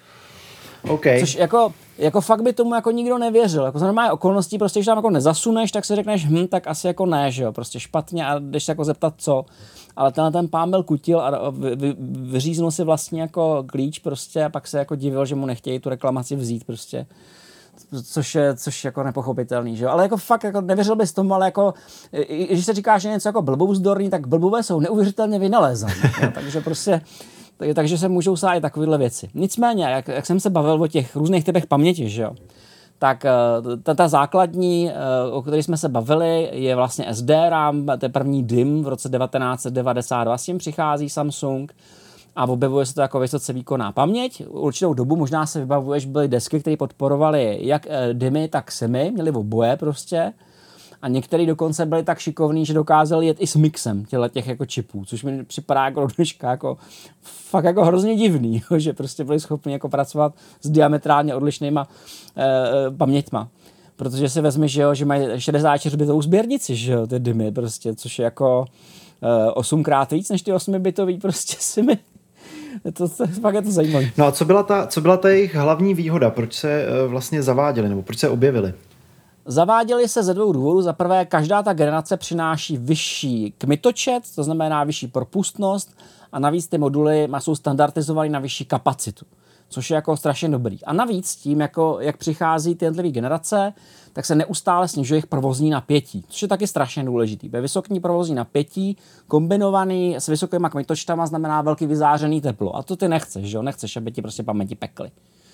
Okay. Což jako, jako fakt by tomu jako nikdo nevěřil. Jako za normální okolností, prostě když tam jako nezasuneš, tak si řekneš, hm, tak asi jako ne, že jo, prostě špatně, a jdeš se jako zeptat co. Ale tenhle ten pán byl kutil a vy, vy, vyříznul si vlastně jako klíč prostě a pak se jako divil, že mu nechtějí tu reklamaci vzít prostě. Což je, což je jako nepochopitelný, že jo. Ale jako fakt jako nevěřil bys tomu, ale jako, když se říká, že něco jako blbouzdorný, tak blbové jsou neuvěřitelně vynalézané. Takže prostě takže se můžou stát i takovéhle věci. Nicméně, jak, jak jsem se bavil o těch různých typech paměti, že jo, tak ta, ta základní, o které jsme se bavili, je vlastně S D RAM, to je první D I M v roce devatenáct set devadesát dva, s tím přichází Samsung a objevuje se to jako vysoce výkonná paměť. Určitou dobu možná se vybavuješ, byly desky, které podporovaly jak D I M y, tak S I M y, měly oboje prostě. A některý dokonce byli tak šikovní, že dokázali jet i s mixem těch jako čipů, což mi připadá jako do dneška jako fakt jako hrozně divný, jo, že prostě byli schopni jako pracovat s diametrálně odlišnýma e, paměťma. Protože si vezmi, že, jo, že mají šedesát čtyři bitovou sběrnici, že jo, ty D I M y prostě, což je jako e, osmkrát víc než ty osmibitový prostě S I M y. To, to, fakt je to zajímavé. No a co byla ta, co byla ta jejich hlavní výhoda? Proč se e, vlastně zaváděli, nebo proč se objevili? Zaváděli se ze dvou důvodů. Za prvé, každá ta generace přináší vyšší kmitočet, to znamená vyšší propustnost, a navíc ty moduly jsou standardizované na vyšší kapacitu, což je jako strašně dobrý. A navíc tím, jako, jak přichází ty jednotlivé generace, tak se neustále snižuje jejich provozní napětí, což je taky strašně důležitý. Vysoké provozní napětí kombinovaný s vysokýma kmitočtama znamená velký vyzářený teplo. A to ty nechceš, že jo? Nechceš, aby ti prostě paměti pekly.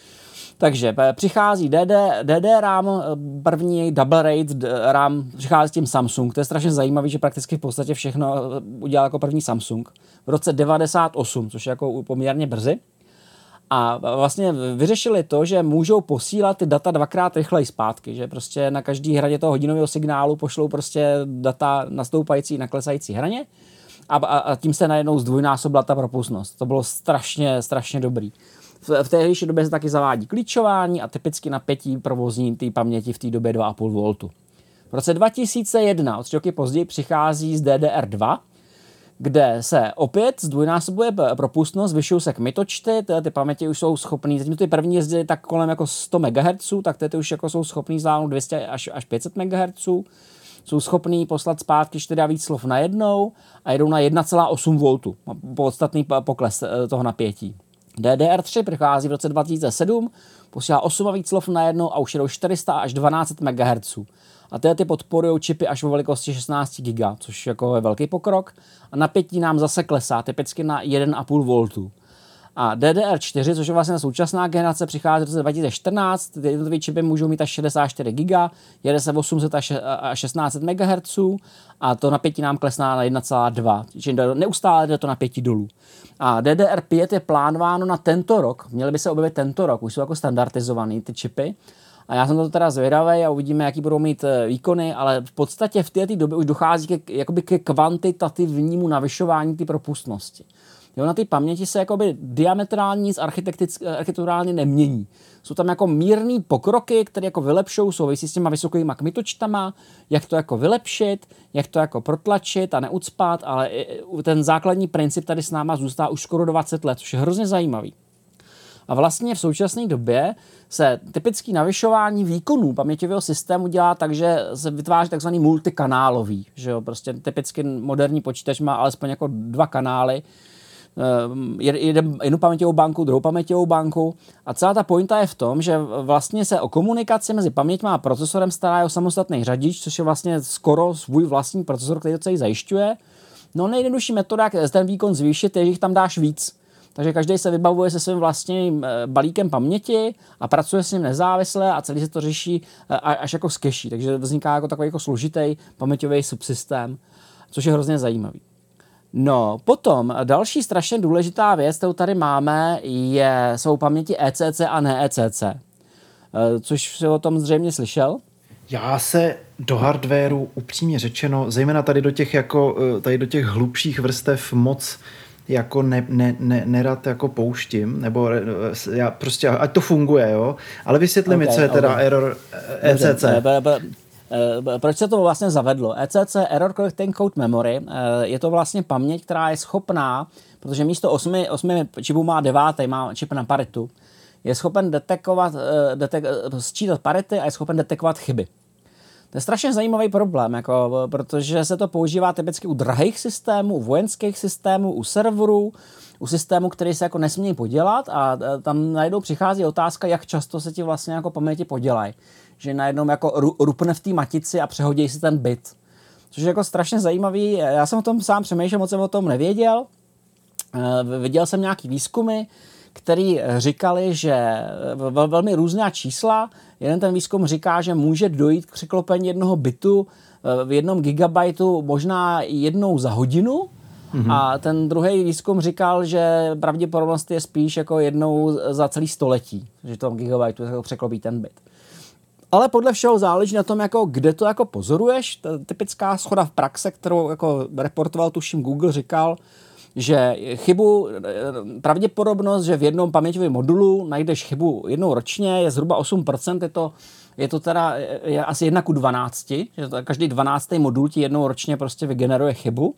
Takže přichází D D, D D RAM, první double rate RAM, přichází s tím Samsung. To je strašně zajímavé, že prakticky v podstatě všechno udělal jako první Samsung v roce devadesát osm, což je jako poměrně brzy. A vlastně vyřešili to, že můžou posílat ty data dvakrát rychleji zpátky, že prostě na každý hraně toho hodinového signálu pošlou prostě data na stoupající, na klesající hraně. a, a, a tím se najednou zdvojnásobila ta propustnost. To bylo strašně, strašně dobrý. V, v téhleší době se taky zavádí klíčování a typicky napětí provozní té paměti v té době dva a půl voltu. V roce dva tisíce jedna, o tři roky později, přichází z D D R dva, kde se opět zdvojnásobuje propustnost, zvyšují se kmitočty, ty paměti už jsou schopný, zatím ty první jezdily tak kolem jako sto megahertzů, tak ty už jako jsou schopný zvládnout dvě stě až, až pět set megahertzů, jsou schopný poslat zpátky čtyři a víc slov najednou a jedou na jedna celá osm voltu, podstatný pokles toho napětí. D D R tři přichází v roce dva tisíce sedm, posílá osm a víc slov najednou a už jedou čtyři sta až dvanáct set megahertzů. A ty, ty podporují čipy až vo velikosti šestnáct giga, což jako je velký pokrok. A napětí nám zase klesá, typicky na jedna a půl voltu. A D D R čtyři, což je vlastně současná generace, přichází v roce dva tisíce čtrnáct, ty jednotlivé čipy můžou mít až šedesát čtyři giga, jede se osm set a šestnáct set megahertzů a to napětí nám klesná na jedna celá dva, čili neustále jde to napětí dolů. A D D R pět je plánováno na tento rok, měly by se objevit tento rok, už jsou jako standardizovaný ty čipy. A já jsem to teda zvědavý a uvidíme, jaký budou mít výkony, ale v podstatě v této době už dochází ke, jakoby ke kvantitativnímu navyšování té propustnosti. Jo, na té paměti se jakoby diametrálně nic architekturálně nemění. Jsou tam jako mírný pokroky, které jako vylepšou, souvisí s těma vysokýma kmitočtama, jak to jako vylepšit, jak to jako protlačit a neucpat, ale ten základní princip tady s náma zůstává už skoro dvacet let, což je hrozně zajímavý. A vlastně v současné době se typické navyšování výkonů paměťového systému dělá tak, že se vytváří takzvaný multikanálový. Že jo? Prostě typicky moderní počítač má alespoň jako dva kanály, jednu paměťovou banku, druhou paměťovou banku. A celá ta pointa je v tom, že vlastně se o komunikaci mezi paměťma a procesorem stará o samostatný řadič, což je vlastně skoro svůj vlastní procesor, který to celý zajišťuje. No nejjednodušší metoda, jak ten výkon zvýšit, je, že jich tam dáš víc. Takže každý se vybavuje se svým vlastním balíkem paměti a pracuje s ním nezávisle a celý se to řeší až jako z cache. Takže vzniká jako takový jako složitý paměťový subsystém, což je hrozně zajímavý. No, potom další strašně důležitá věc, kterou tady máme, je, jsou paměti E C C a ne E C C. Což jsi o tom zřejmě slyšel? Já se do hardwareu upřímně řečeno, zejména tady do těch, jako, tady do těch hlubších vrstev moc jako ne, ne, ne, nerad jako pouštím, nebo já prostě, ať to funguje, jo, ale vysvětli okay, mi, co je teda okay. error E C C. Proč se to vlastně zavedlo? E C C, Error Correcting Code Memory, je to vlastně paměť, která je schopná, protože místo osmi, osmi čipů má devátý, má čip na paritu, je schopen detekovat, detek, sčítat parity a je schopen detekovat chyby. To je strašně zajímavý problém, jako, protože se to používá typicky u drahých systémů, u vojenských systémů, u serverů, u systémů, který se jako nesmějí podělat a tam najednou přichází otázka, jak často se ti vlastně jako paměti podělají. Že najednou jako rupne v té matici a přehodí si ten bit. Což je jako strašně zajímavý. Já jsem o tom sám přemýšlel, moc jsem o tom nevěděl. Viděl jsem nějaký výzkumy, který říkali, že velmi různá čísla. Jeden ten výzkum říká, že může dojít k překlopení jednoho bitu v jednom gigabajtu možná jednou za hodinu. Mm-hmm. A ten druhý výzkum říkal, že pravděpodobnost je spíš jako jednou za celý století, že to gigabajtu jako překlopí ten bit. Ale podle všeho záleží na tom, jako, kde to jako pozoruješ. Ta typická schoda v praxe, kterou jako reportoval, tuším Google, říkal, že chybu, pravděpodobnost, že v jednom paměťovém modulu najdeš chybu jednou ročně, je zhruba osm procent, je to, je to teda je asi jedna ku dvanácti, že to, každý dvanáctý modul ti jednou ročně prostě vygeneruje chybu.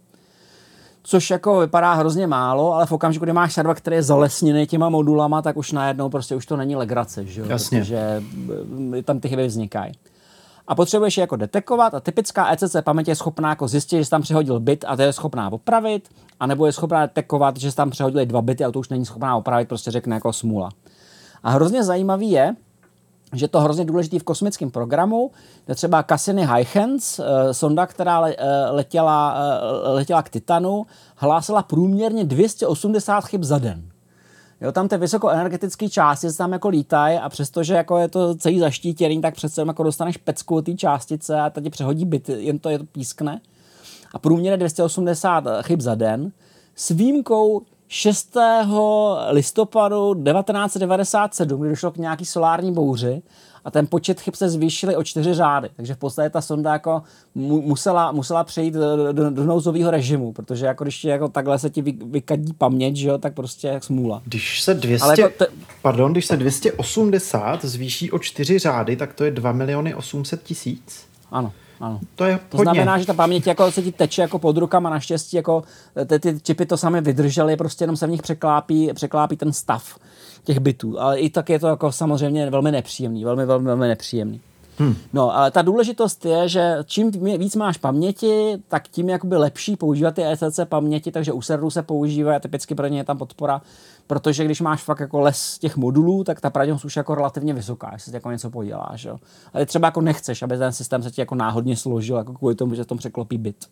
Což jako vypadá hrozně málo, ale v okamžiku, kdy máš server, který je zalesněný těma modulama, tak už najednou prostě už to není legrace, že jo? Jasně. Protože tam ty chyby vznikají. A potřebuješ je jako detekovat a typická E C C paměť je schopná jako zjistit, že jsi tam přehodil bit a to je schopná opravit, anebo je schopná detekovat, že jsi tam přehodili dva bity a to už není schopná opravit, prostě řekne jako smůla. A hrozně zajímavý je, že to hrozně důležitý v kosmickém programu, kde třeba Cassini-Huygens, sonda, která letěla, letěla k Titanu, hlásila průměrně dvě stě osmdesát chyb za den. Jo, tam ty vysokoenergetické částice tam jako lítají a přestože jako je to celý zaštítěný, tak přece jako dostaneš pecku od té částice a tady přehodí bit, jen to, je to pískne. A průměrně dvě stě osmdesát chyb za den s výjimkou šestého listopadu devatenáct set devadesát sedm, kdy došlo k nějaký solární bouři a ten počet chyb se zvýšily o čtyři řády. Takže v podstatě ta sonda jako mu, musela, musela přejít do, do, do nouzového režimu, protože jako když jako takhle se ti vy, vykadí paměť, že jo, tak prostě jak smůla. Když se dvě stě, jako te... pardon, když se dvě stě osmdesát zvýší o čtyři řády, tak to je dva miliony osm set tisíc. Ano. Ano. To, je to znamená, že ta paměť jako se ti teče jako pod rukama, naštěstí jako ty, ty čipy to sami vydržely, prostě jenom se v nich překlápí, překlápí ten stav těch bitů, ale i tak je to jako samozřejmě velmi nepříjemný, velmi, velmi, velmi nepříjemný. Hmm. No, ale ta důležitost je, že čím víc máš paměti, tak tím jakoby lepší používat ty E C C paměti, takže u serverů se používá, typicky pro ně je tam podpora, protože když máš fakt jako les těch modulů, tak ta pravděpodobnost už je jako relativně vysoká, jestli ty jako něco poděláš, jo. Ale třeba jako nechceš, aby ten systém se ti jako náhodně složil, jako kvůli tomu, že v tom překlopí bit.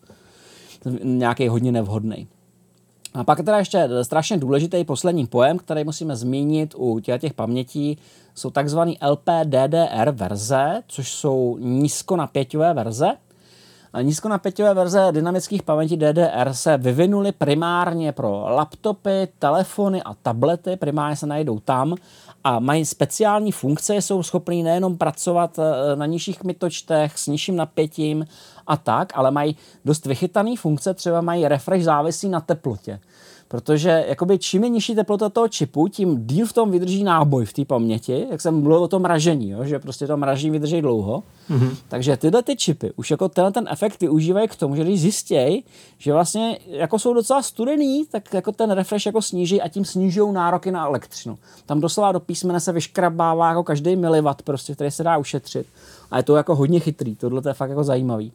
Nějaký hodně nevhodný. A pak teda ještě strašně důležitý poslední pojem, který musíme zmínit u těch pamětí, jsou takzvané L P D D R verze, což jsou nízkonapěťové verze. A nízkonapěťové verze dynamických pamětí D D R se vyvinuly primárně pro laptopy, telefony a tablety, primárně se najdou tam a mají speciální funkce, jsou schopný nejenom pracovat na nižších kmitočtech s nižším napětím a tak, ale mají dost vychytané funkce, třeba mají refresh závisí na teplotě. Protože jakoby čím je nižší teplota toho čipu, tím díl v tom vydrží náboj v té paměti, jak jsem mluvil o tom mražení, jo? Že prostě to mražení vydrží dlouho. Mm-hmm. Takže tyhle ty čipy už jako tenhle ten efekt využívají k tomu, že když zjistějí, že vlastně jako jsou docela studený, tak jako ten refresh jako sníží a tím snižují nároky na elektřinu. Tam doslova do písmene se vyškrabává jako každý miliwatt, prostě, který se dá ušetřit. A je to jako hodně chytrý, tohle je fakt jako zajímavý.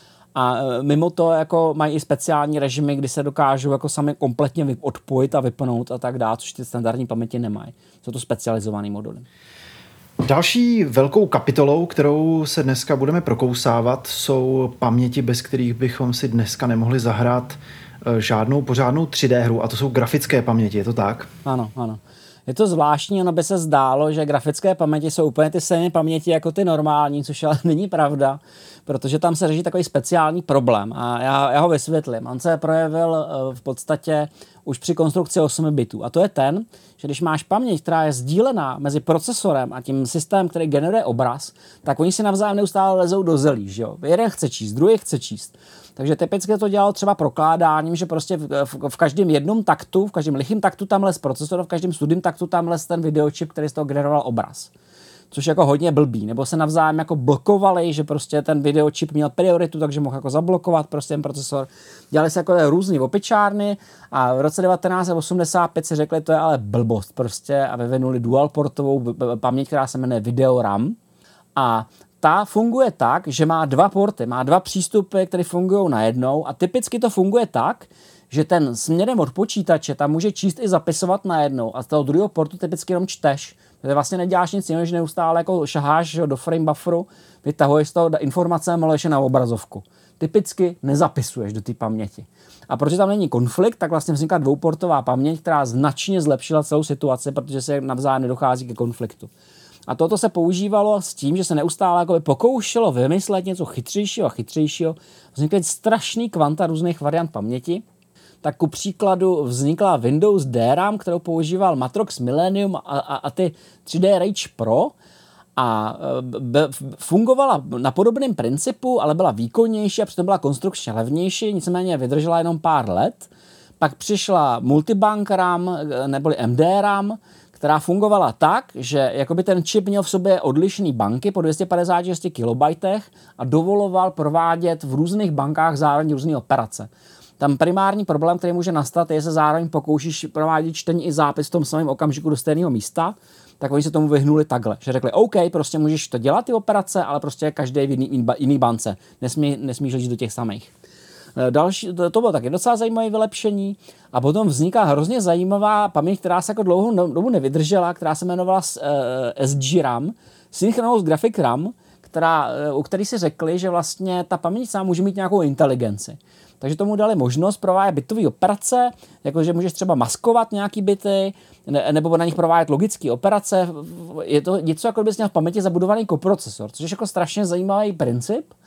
A mimo to jako mají i speciální režimy, kdy se dokážou jako sami kompletně odpojit a vypnout a tak dále, což ty standardní paměti nemají. Jsou to specializované moduly. Další velkou kapitolou, kterou se dneska budeme prokousávat, jsou paměti, bez kterých bychom si dneska nemohli zahrát žádnou pořádnou tři dé hru, a to jsou grafické paměti, je to tak? Ano, ano. Je to zvláštní, ono by se zdálo, že grafické paměti jsou úplně ty stejné paměti jako ty normální, což ale není pravda, protože tam se řeší takový speciální problém a já, já ho vysvětlím. On se projevil v podstatě už při konstrukci osmi bitů a to je ten, že když máš paměť, která je sdílená mezi procesorem a tím systémem, který generuje obraz, tak oni si navzájem neustále lezou do zelí, že jo? Jeden chce číst, druhý chce číst. Takže typicky to dělalo třeba prokládáním, že prostě v, v, v každém jednom taktu, v každém lichým taktu tam les procesor, v každém studým taktu tam les ten videočip, který z toho generoval obraz. Což jako hodně blbý, nebo se navzájem jako blokovali, že prostě ten videočip měl prioritu, takže mohl jako zablokovat prostě ten procesor. Dělali se jako různý opičárny a v roce devatenáct set osmdesát pět si řekli, to je ale blbost prostě a vyvinuli dual portovou paměť, která se jmenuje Video RAM a ta funguje tak, že má dva porty, má dva přístupy, které fungují najednou a typicky to funguje tak, že ten směrem od počítače tam může číst i zapisovat najednou a z toho druhého portu typicky jenom čteš. Takže vlastně neděláš nic jiného, že neustále jako šaháš do frame bufferu, vytahuješ z toho informace a maluješ je na obrazovku. Typicky nezapisuješ do té paměti. A protože tam není konflikt, tak vlastně vznikla dvouportová paměť, která značně zlepšila celou situaci, protože se navzájem nedochází ke konfliktu. A toto se používalo s tím, že se neustále jako pokoušelo vymyslet něco chytřejšího a chytřejšího. Vznikly strašný kvanta různých variant paměti. Tak ku příkladu vznikla Windows D RAM, kterou používal Matrox Millennium a, a, a ty tři dé Rage Pro a b, fungovala na podobném principu, ale byla výkonnější a přitom byla konstrukčně levnější, nicméně vydržela jenom pár let. Pak přišla Multibank RAM neboli M D RAM, která fungovala tak, že jakoby ten čip měl v sobě odlišný banky po dvě stě padesát šest kilobajtech a dovoloval provádět v různých bankách zároveň různé operace. Tam primární problém, který může nastat, je, že se zároveň pokoušíš provádět čtení i zápis v tom samém okamžiku do stejného místa, tak oni se tomu vyhnuli takhle, že řekli, OK, prostě můžeš to dělat ty operace, ale prostě každý v jiný, jiný bance, Nesmí, nesmíš jít do těch samých. Další, to, to bylo taky docela zajímavé vylepšení a potom vzniká hrozně zajímavá paměť, která se jako dlouhou dobu nevydržela, která se jmenovala uh, S G RAM, Synchronous Graphic RAM, která, u který si řekli, že vlastně ta paměť sám může mít nějakou inteligenci. Takže tomu dali možnost provádět bitové operace, jakože můžeš třeba maskovat nějaký bity, ne, nebo na nich provádět logické operace. Je to něco, jako bys měl v paměti zabudovaný koprocesor, což je jako strašně zajímavý princip.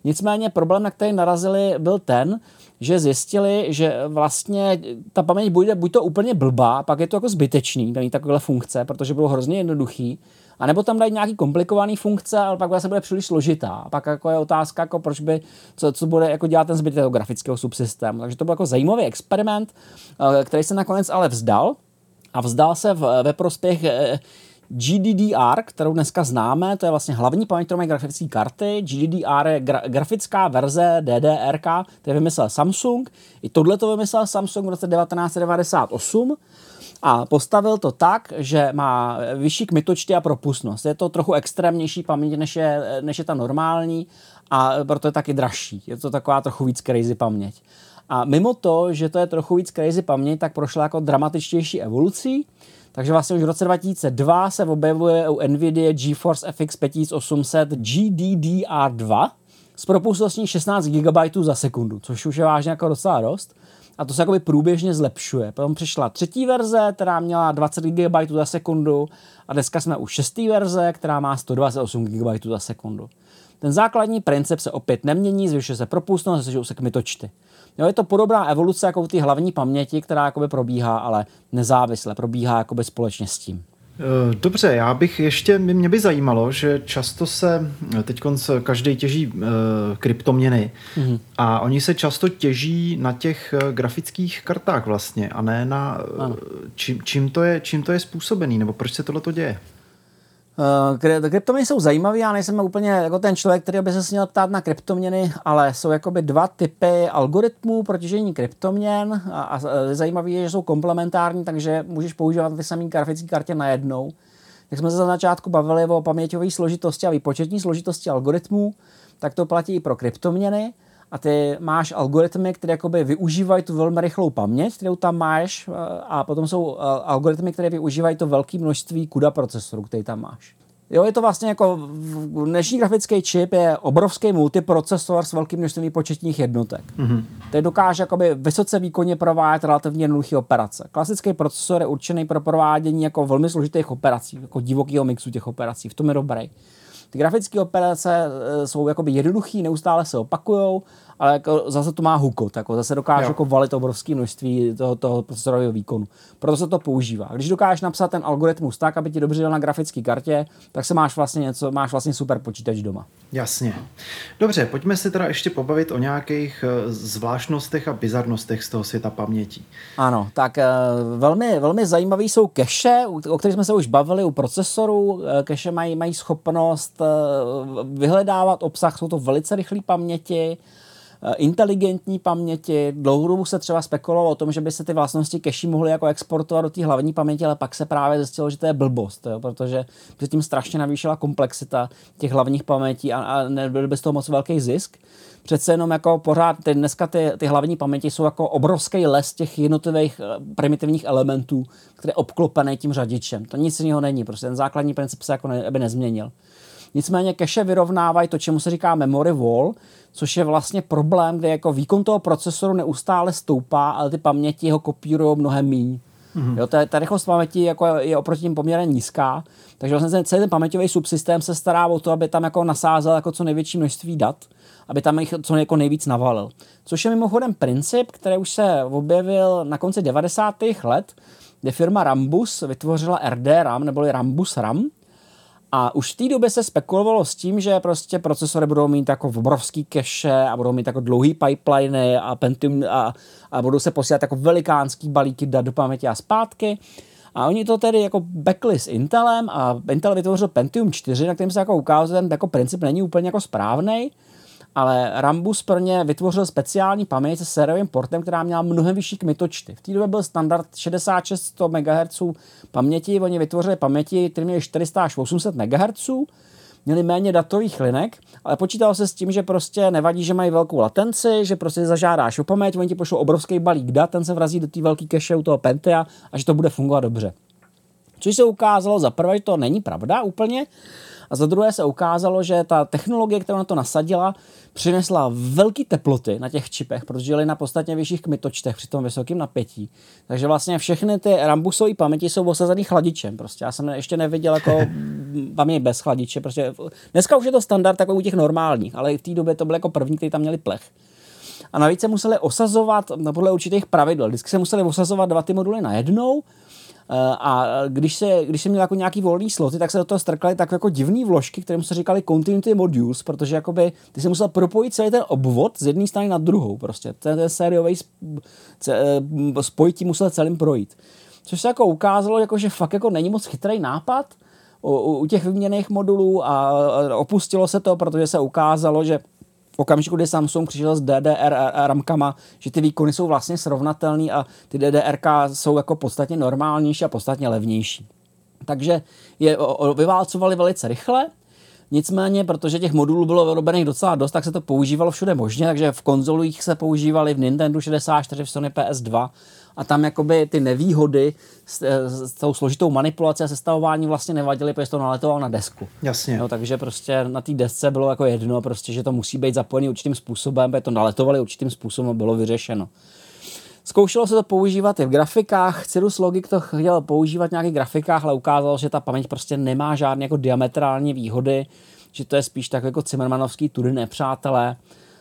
Nicméně problém, na který narazili, byl ten, že zjistili, že vlastně ta paměť bude buď to úplně blbá, pak je to jako zbytečný, mít takovéhle funkce, protože budou hrozně jednoduchý, anebo tam dají nějaký komplikovaný funkce, ale pak se bude příliš složitá. A pak jako je otázka, jako proč by, co, co bude jako dělat ten zbytek toho grafického subsystému. Takže to byl jako zajímavý experiment, který se nakonec ale vzdal. A vzdal se v, ve prospěch G D D R, kterou dneska známe, to je vlastně hlavní paměť, kterou mají grafické karty. G D D R je gra, grafická verze D D R K, který vymyslel Samsung. I tohle to vymyslel Samsung v roce devatenáct set devadesát osm. A postavil to tak, že má vyšší kmitočty a propustnost. Je to trochu extrémnější paměť, než je, než je ta normální, a proto je taky dražší. Je to taková trochu víc crazy paměť. A mimo to, že to je trochu víc crazy paměť, tak prošla jako dramatičtější evolucí. Takže vlastně už v roce dva tisíce dva se objevuje u NVIDIA GeForce F X pět osm set G D D R dva s propustností šestnáct gigabajtů za sekundu, což už je vážně jako docela dost. A to se jakoby průběžně zlepšuje. Potom přišla třetí verze, která měla dvacet gigabajtů za sekundu, a dneska jsme u šesté verze, která má sto dvacet osm gigabajtů za sekundu. Ten základní princip se opět nemění, zvyšuje se propustnost, zvyšují se kmitočty. Jo, je to podobná evoluce jako u té hlavní paměti, která jakoby probíhá, ale nezávisle, probíhá jakoby společně s tím. Dobře, já bych ještě, mě by zajímalo, že často se, teď každý těží uh, kryptoměny mm-hmm. a oni se často těží na těch grafických kartách vlastně a ne na, čím, čím, to je, čím to je způsobený, nebo proč se tohleto děje? Uh, kryptoměny jsou zajímavé, já nejsem úplně jako ten člověk, který by se směl ptát na kryptoměny, ale jsou jakoby dva typy algoritmů pro těžení kryptoměn a, a zajímavé je, že jsou komplementární, takže můžeš používat ty samé grafické kartě najednou. Jak jsme se za začátku bavili o paměťové složitosti a výpočetní složitosti algoritmů, tak to platí i pro kryptoměny. A ty máš algoritmy, které jakoby využívají tu velmi rychlou paměť, kterou tam máš, a potom jsou algoritmy, které využívají to velké množství CUDA procesorů, který tam máš. Jo, je to vlastně jako dnešní grafický čip je obrovský multiprocesor s velkým množstvím početních jednotek. Mm-hmm. Který dokáže jakoby vysoce výkonně provádět relativně jednoduché operace. Klasický procesor je určený pro provádění jako velmi složitých operací, jako divokého mixu těch operací. V tom je dobrý. Ty grafické operace jsou jakoby jednoduchý, neustále se opakujou, ale jako zase to má hukot, jako zase dokáže jako valit obrovské množství toho, toho procesorového výkonu. Proto se to používá. Když dokážeš napsat ten algoritmus tak, aby ti dobře jel na grafické kartě, tak se máš vlastně něco, máš vlastně super počítač doma. Jasně. Dobře, pojďme se teda ještě pobavit o nějakých zvláštnostech a bizarnostech z toho světa paměti. Ano, tak velmi, velmi zajímavý jsou cache, o kterých jsme se už bavili u procesorů. Cache mají, mají schopnost vyhledávat obsah, jsou to velice rychlé paměti, inteligentní paměti. Dlouhou dobu se třeba spekulovalo o tom, že by se ty vlastnosti cache mohly jako exportovat do té hlavní paměti, ale pak se právě zjistilo, že to je blbost, jo, protože se tím strašně navýšila komplexita těch hlavních pamětí a, a nebyl by z toho moc velký zisk. Přece jenom jako pořád ty, dneska ty, ty hlavní paměti jsou jako obrovský les těch jednotlivých primitivních elementů, které je obklopený tím řadičem. To nic jiného není, prostě ten základní princip se jako ne, aby nezměnil. Nicméně cache vyrovnávají to, čemu se říká memory wall, což je vlastně problém, kde jako výkon toho procesoru neustále stoupá, ale ty paměti ho kopírují mnohem míň. Mm-hmm. Jo, ta, ta rychlost paměti jako je, je oproti tím poměrně nízká, takže vlastně celý ten paměťový subsystém se stará o to, aby tam jako nasázel jako co největší množství dat, aby tam jich co jako nejvíc navalil. Což je mimochodem princip, který už se objevil na konci devadesátých let, kde firma Rambus vytvořila R D RAM, neboli Rambus RAM. A už v té době se spekulovalo s tím, že prostě procesory budou mít jako obrovský cache a budou mít jako dlouhý pipeliny a Pentium a, a budou se posílat jako velikánský balíky dat do paměti a zpátky. A oni to tedy jako backli s Intelem a Intel vytvořil Pentium čtyři, na kterém se jako ukázal, že ten jako princip není úplně jako správnej, ale Rambus pro ně vytvořil speciální paměť se sériovým portem, která měla mnohem vyšší kmitočty. V té době byl standard šedesát šest sto megahertzů paměti, oni vytvořili paměti, které měly čtyři sta až osm set megahertzů, měli méně datových linek, ale počítalo se s tím, že prostě nevadí, že mají velkou latenci, že prostě zažádáš o paměť, oni ti pošlou obrovský balík dat, ten se vrazí do té velké cache u toho Pentia a že to bude fungovat dobře. Což se ukázalo za prvé, že to není pravda úplně, A za druhé se ukázalo, že ta technologie, kterou na to nasadila, přinesla velké teploty na těch čipech, protože jeli na podstatně vyšších kmitočtech při tom vysokém napětí. Takže vlastně všechny ty rambusové paměti jsou osazený chladičem. Prostě já jsem ještě neviděl jako paměť bez chladiče. Prostě dneska už je to standard jako u těch normálních, ale v té době to byly jako první, kteří tam měli plech. A navíc se museli osazovat podle určitých pravidel. Vždycky se museli osazovat dva ty moduly najednou. A když se, když se měl jako nějaký volný sloty, tak se do toho strkaly tak jako divný vložky, kterým se říkali continuity modules, protože jakoby ty se musel propojit celý ten obvod z jedné strany na druhou. Prostě ten, ten sériový spojití musel celým projít. Což se jako ukázalo, jako, že fakt jako není moc chytrý nápad u, u těch vyměněných modulů a opustilo se to, protože se ukázalo, že v okamžiku, kdy Samsung přišel s D D R ramkama, že ty výkony jsou vlastně srovnatelný a ty D D R ka jsou jako podstatně normálnější a podstatně levnější. Takže je vyválcovali velice rychle, nicméně, protože těch modulů bylo vyrobených docela dost, tak se to používalo všude možně, takže v konzolích se používali v Nintendo šedesát čtyři, v Sony P S dva a tam jakoby ty nevýhody s, s tou složitou manipulací a sestavování vlastně nevadily, protože to naletoval na desku. Jasně. No, takže prostě na té desce bylo jako jedno, prostě, že to musí být zapojený určitým způsobem, protože to naletovali určitým způsobem a bylo vyřešeno. Zkoušelo se to používat i v grafikách, Cirrus Logic to chtěl používat v nějakých grafikách, ale ukázalo, že ta paměť prostě nemá žádné jako diametrální výhody, že to je spíš tak jako Zimmermanovský tudy nepřátelé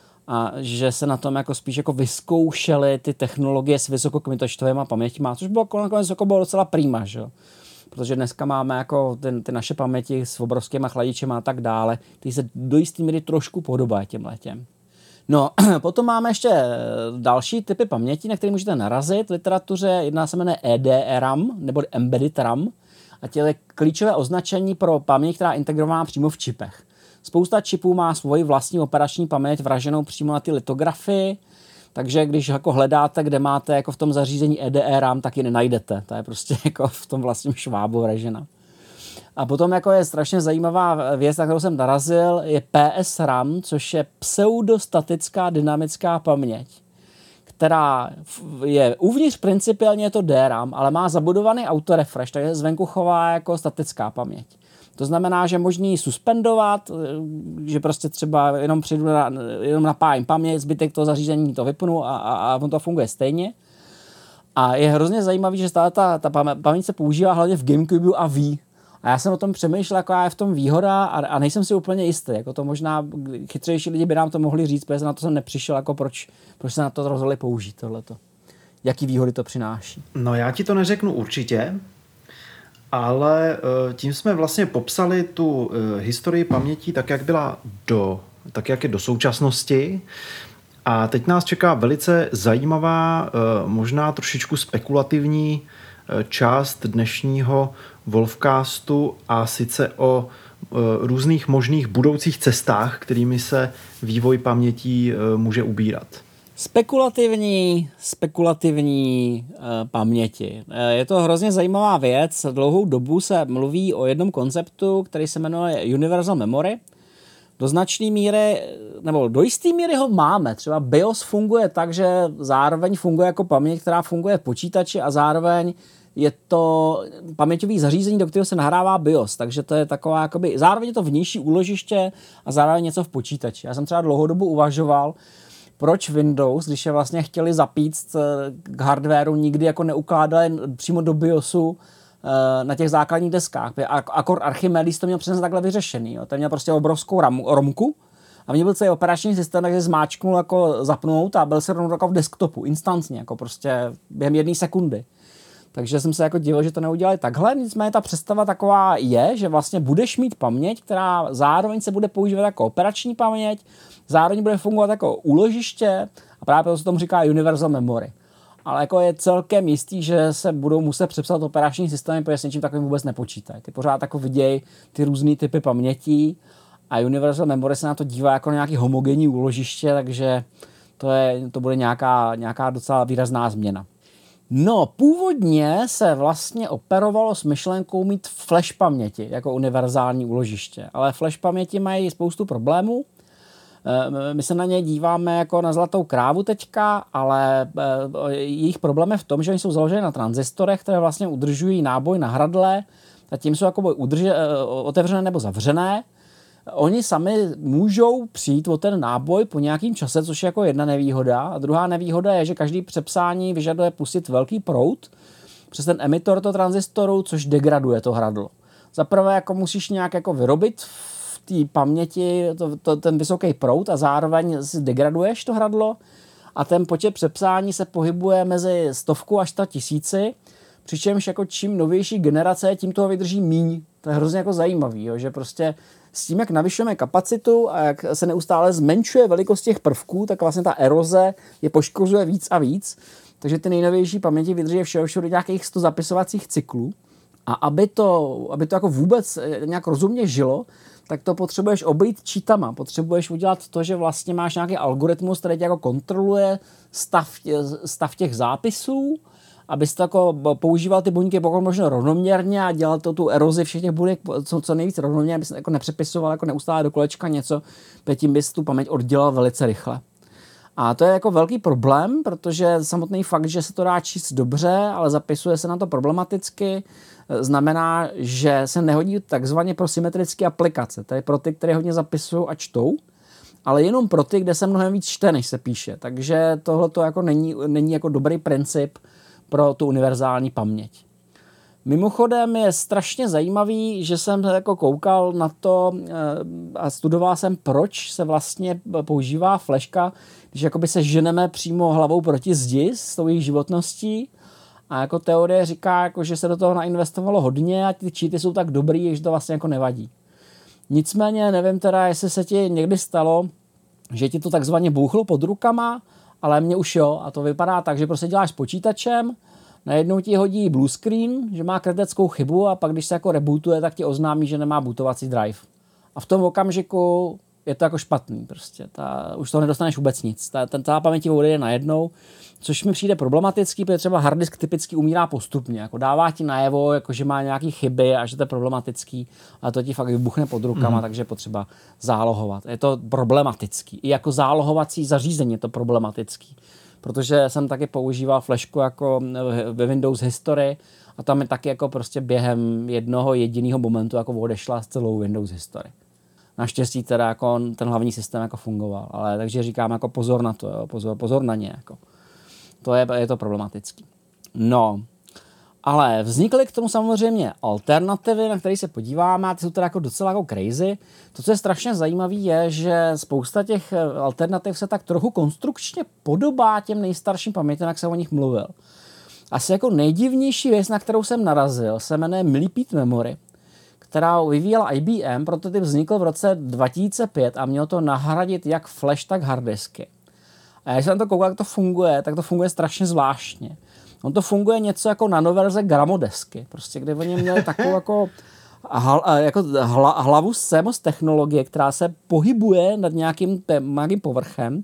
a že se na tom jako spíš jako vyzkoušely ty technologie s vysokokmitočtovými paměťma, což bylo nakonec jako bylo docela prima, že jo. Protože dneska máme jako ty, ty naše paměti s obrovskýma chladičema a tak dále, ty se do jistý míry trošku podobají těm letěm. No, potom máme ještě další typy paměti, na které můžete narazit v literatuře. Jedna se jmenuje E D RAM, nebo Embedded RAM. A to je klíčové označení pro paměť, která je integrovaná přímo v čipech. Spousta čipů má svoji vlastní operační paměť vraženou přímo na ty litografii, takže když jako hledáte, kde máte jako v tom zařízení E D RAM, tak ji nenajdete. To je prostě jako v tom vlastním švábu vražena. A potom jako je strašně zajímavá věc, na kterou jsem narazil, je P S RAM, což je pseudostatická dynamická paměť, která je uvnitř principiálně je to D RAM, ale má zabudovaný autorefresh, takže zvenku chová jako statická paměť. To znamená, že možný ji suspendovat, že prostě třeba jenom přijdu na, jenom napájím paměť, zbytek toho zařízení to vypnu a, a, a on to funguje stejně. A je hrozně zajímavý, že ta, ta, ta paměť se používá hlavně v GameCube a Wii. A já jsem o tom přemýšlel, jako je v tom výhoda a, a nejsem si úplně jistý. Jako to možná chytřejší lidi by nám to mohli říct, protože na to jsem nepřišel, jako proč, proč se na to rozhodli použít tohleto. Jaký výhody to přináší? No já ti to neřeknu určitě, ale tím jsme vlastně popsali tu historii paměti tak, jak byla do, tak, jak je do současnosti. A teď nás čeká velice zajímavá, možná trošičku spekulativní část dnešního Wolfcastu a sice o různých možných budoucích cestách, kterými se vývoj pamětí může ubírat. Spekulativní, spekulativní uh, paměti. Je to hrozně zajímavá věc. Dlouhou dobu se mluví o jednom konceptu, který se jmenuje Universal Memory. Do značné míry, nebo do jisté míry ho máme. Třeba BIOS funguje tak, že zároveň funguje jako paměť, která funguje v počítači a zároveň je to paměťové zařízení, do kterého se nahrává BIOS, takže to je taková, jakoby, zároveň je to vnější úložiště a zároveň něco v počítači. Já jsem třeba dlouhou dobu uvažoval, proč Windows, když je vlastně chtěli zapít k hardwaru, nikdy jako neukládali přímo do BIOSu na těch základních deskách. Akor Archimedes to měl přesně takhle vyřešený. Jo. Ten měl prostě obrovskou ram, romku a v ní byl celý operační systém, takže zmáčknul jako zapnout a byl se rovnou jako v desktopu, instantně, jako prostě během jedné sekundy. Takže jsem se jako divil, že to neudělali takhle, nicméně ta představa taková je, že vlastně budeš mít paměť, která zároveň se bude používat jako operační paměť, zároveň bude fungovat jako úložiště a právě to se tomu říká Universal Memory. Ale jako je celkem jistý, že se budou muset přepsat operační systémy, protože s něčím takovým vůbec nepočítají. Ty pořád jako vidějí ty různý typy pamětí a Universal Memory se na to dívá jako na nějaký homogenní úložiště, takže to, je, to bude nějaká, nějaká docela výrazná změna. No, původně se vlastně operovalo s myšlenkou mít flash paměti jako univerzální úložiště, ale flash paměti mají spoustu problémů. My se na ně díváme jako na zlatou krávu teďka, ale jejich problém je v tom, že oni jsou založeny na tranzistorech, které vlastně udržují náboj na hradle, a tím jsou jako udrže, otevřené nebo zavřené, oni sami můžou přijít o ten náboj po nějakým čase, což je jako jedna nevýhoda. A druhá nevýhoda je, že každý přepsání vyžaduje pustit velký proud přes ten emitor toho tranzistoru, což degraduje to hradlo. Zaprvé jako musíš nějak jako vyrobit v té paměti to, to, ten vysoký proud a zároveň si degraduješ to hradlo a ten počet přepsání se pohybuje mezi stovku až sto tisíci, přičemž jako čím novější generace, tím toho vydrží míň. To je hrozně jako zajímavý, jo, že prostě s tím, jak navyšujeme kapacitu a jak se neustále zmenšuje velikost těch prvků, tak vlastně ta eroze je poškozuje víc a víc. Takže ty nejnovější paměti vydrží všeho všude nějakých sto zapisovacích cyklů. A aby to, aby to jako vůbec nějak rozumně žilo, tak to potřebuješ obejít cheatama. Potřebuješ udělat to, že vlastně máš nějaký algoritmus, který tě jako kontroluje stav, stav těch zápisů, abys to jako používal ty buňky pokud možno rovnoměrně a dělal to tu erozi všech těch buněk co, co nejvíc rovnoměrně, abys jako nepřepisoval jako neustále do kolečka něco, tím bys tu paměť oddělal velice rychle. A to je jako velký problém, protože samotný fakt, že se to dá číst dobře, ale zapisuje se na to problematicky, znamená, že se nehodí takzvaně pro symetrické aplikace, tedy pro ty, které hodně zapisují a čtou, ale jenom pro ty, kde se mnohem víc čte, než se píše. Takže tohle to jako není, není jako dobrý princip pro tu univerzální paměť. Mimochodem je strašně zajímavý, že jsem jako koukal na to a studoval jsem, proč se vlastně používá fleška, když jakoby se ženeme přímo hlavou proti zdi s tou jejich životností. A jako teorie říká, jako, že se do toho nainvestovalo hodně a ty cheaty jsou tak dobrý, že to vlastně jako nevadí. Nicméně nevím teda, jestli se ti někdy stalo, že ti to takzvaně bouchlo pod rukama, ale mně už jo. A to vypadá tak, že prostě děláš s počítačem, najednou ti hodí blue screen, že má kritickou chybu a pak když se jako rebootuje, tak ti oznámí, že nemá bootovací drive. A v tom okamžiku je to jako špatný prostě. Ta, už toho nedostaneš vůbec nic. Ta, ten celá paměť odejde najednou, což mi přijde problematický, protože třeba harddisk typicky umírá postupně. Jako dává ti najevo, jako že má nějaké chyby a že to je problematický, ale to ti fakt vybuchne pod rukama, mm. takže je potřeba zálohovat. Je to problematický. I jako zálohovací zařízení je to problematický. Protože jsem taky používal flešku jako ve Windows History a tam je taky jako prostě během jednoho jediného momentu jako odešla z celou Windows History. Naštěstí teda jako ten hlavní systém jako fungoval, ale takže říkám jako pozor na to, jo, pozor, pozor na ně jako. To je, je to problematický. No, ale vznikly k tomu samozřejmě alternativy, na které se podíváme, a ty jsou teda jako docela jako crazy. To, co je strašně zajímavé, je, že spousta těch alternativ se tak trochu konstrukčně podobá těm nejstarším pamětem, jak jsem o nich mluvil. Asi jako nejdivnější věc, na kterou jsem narazil, se jmenuje Millipede Memory, která vyvíjela I B M, prototyp vznikl v roce dva tisíce pět a mělo to nahradit jak flash, tak harddisky. A když jsem to koukal, jak to funguje, tak to funguje strašně zvláštně. On to funguje něco jako nanoverze gramodesky, prostě, kde oni měli takovou jako, hl, jako hla, hlavu C M O S technologie, která se pohybuje nad nějakým, nějakým povrchem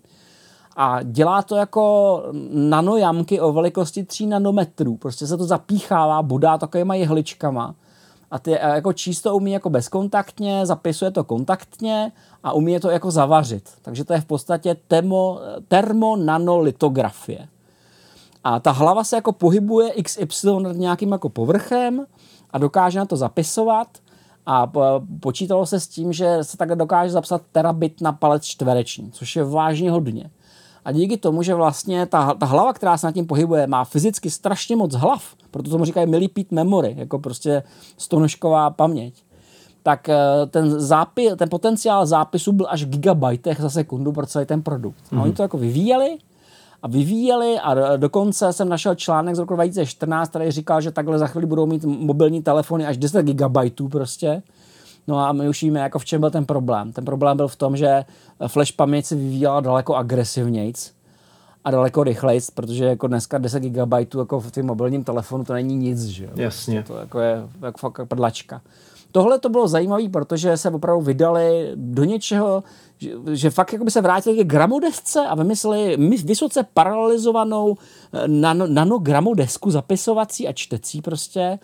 a dělá to jako nanojamky o velikosti tří nanometrů. Prostě se to zapíchává, bodá takovýma jehličkama a ty jako číst to umí jako bezkontaktně, zapisuje to kontaktně a umí to jako zavařit. Takže to je v podstatě termo, termonanolitografie. A ta hlava se jako pohybuje X Y nad nějakým jako povrchem a dokáže na to zapisovat a počítalo se s tím, že se takhle dokáže zapsat terabit na palec čtvereční, což je vážně hodně. A díky tomu, že vlastně ta, ta hlava, která se nad tím pohybuje, má fyzicky strašně moc hlav, proto tomu říkají Millipede Memory, jako prostě stonožková paměť, tak ten, zápis, ten potenciál zápisu byl až v gigabajtech za sekundu pro celý ten produkt. A mm-hmm. oni to jako vyvíjeli a vyvíjeli a dokonce jsem našel článek z roku dva tisíce čtrnáct, který říkal, že takhle za chvíli budou mít mobilní telefony až deset gigabajtů prostě. No a my už víme, jako v čem byl ten problém. Ten problém byl v tom, že flash paměť se vyvíjela daleko agresivnějc a daleko rychlejc, protože jako dneska deset gigabajtů jako v tom mobilním telefonu to není nic, že jo. Jasně. To jako je jako fakt prdlačka. Tohle to bylo zajímavé, protože se opravdu vydali do něčeho, že, že fakt jako by se vrátili k gramodesce a vymysleli vysoce paralelizovanou nano, nanogramodesku zapisovací a čtecí prostě.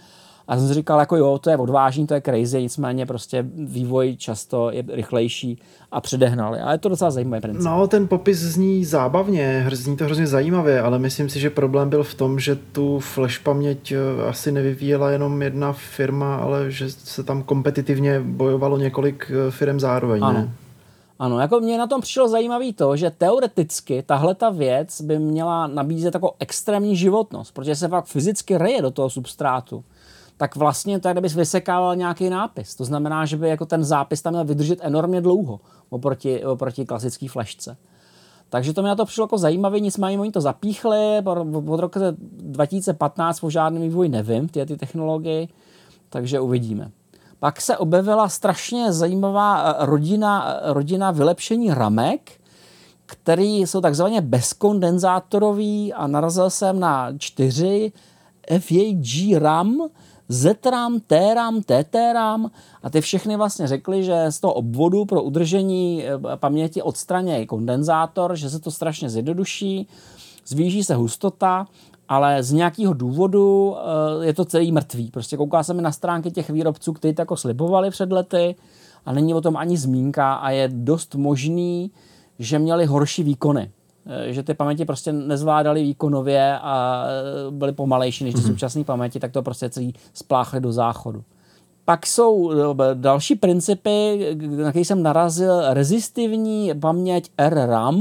A jsem si říkal, jako jo, to je odvážný, to je crazy, nicméně prostě vývoj často je rychlejší a předehnali. A je to docela zajímavý princip. No, ten popis zní zábavně, zní to hrozně zajímavě, ale myslím si, že problém byl v tom, že tu flash paměť asi nevyvíjela jenom jedna firma, ale že se tam kompetitivně bojovalo několik firm zároveň. Ano. Ne? Ano, jako mě na tom přišlo zajímavý to, že teoreticky tahle ta věc by měla nabízet jako extrémní životnost, protože se fakt fyzicky reje do toho substrátu. Tak vlastně to je, kdybys vysekával nějaký nápis. To znamená, že by jako ten zápis tam měl vydržet enormně dlouho oproti, oproti klasické flashce. Takže to mě na to přišlo jako zajímavé, nicméně oni to zapíchli, od roku dva tisíce patnáct o žádném vývoji nevím, ty, ty technologii, takže uvidíme. Pak se objevila strašně zajímavá rodina, rodina vylepšení ramek, který jsou takzvaně bezkondenzátorový a narazil jsem na čtyři F A G RAM, Z RAM, T RAM, T T RAM a ty všechny vlastně řekli, že z toho obvodu pro udržení paměti odstranějí kondenzátor, že se to strašně zjednoduší, zvýší se hustota, ale z nějakého důvodu je to celý mrtvý. Prostě koukal jsem na stránky těch výrobců, kteří to jako slibovali před lety a není o tom ani zmínka a je dost možný, že měli horší výkony. Že ty paměti prostě nezvládali výkonově a byly pomalejší než ty mm-hmm. současné paměti, tak to prostě celý spláchli do záchodu. Pak jsou další principy, na které jsem narazil, rezistivní paměť R RAM,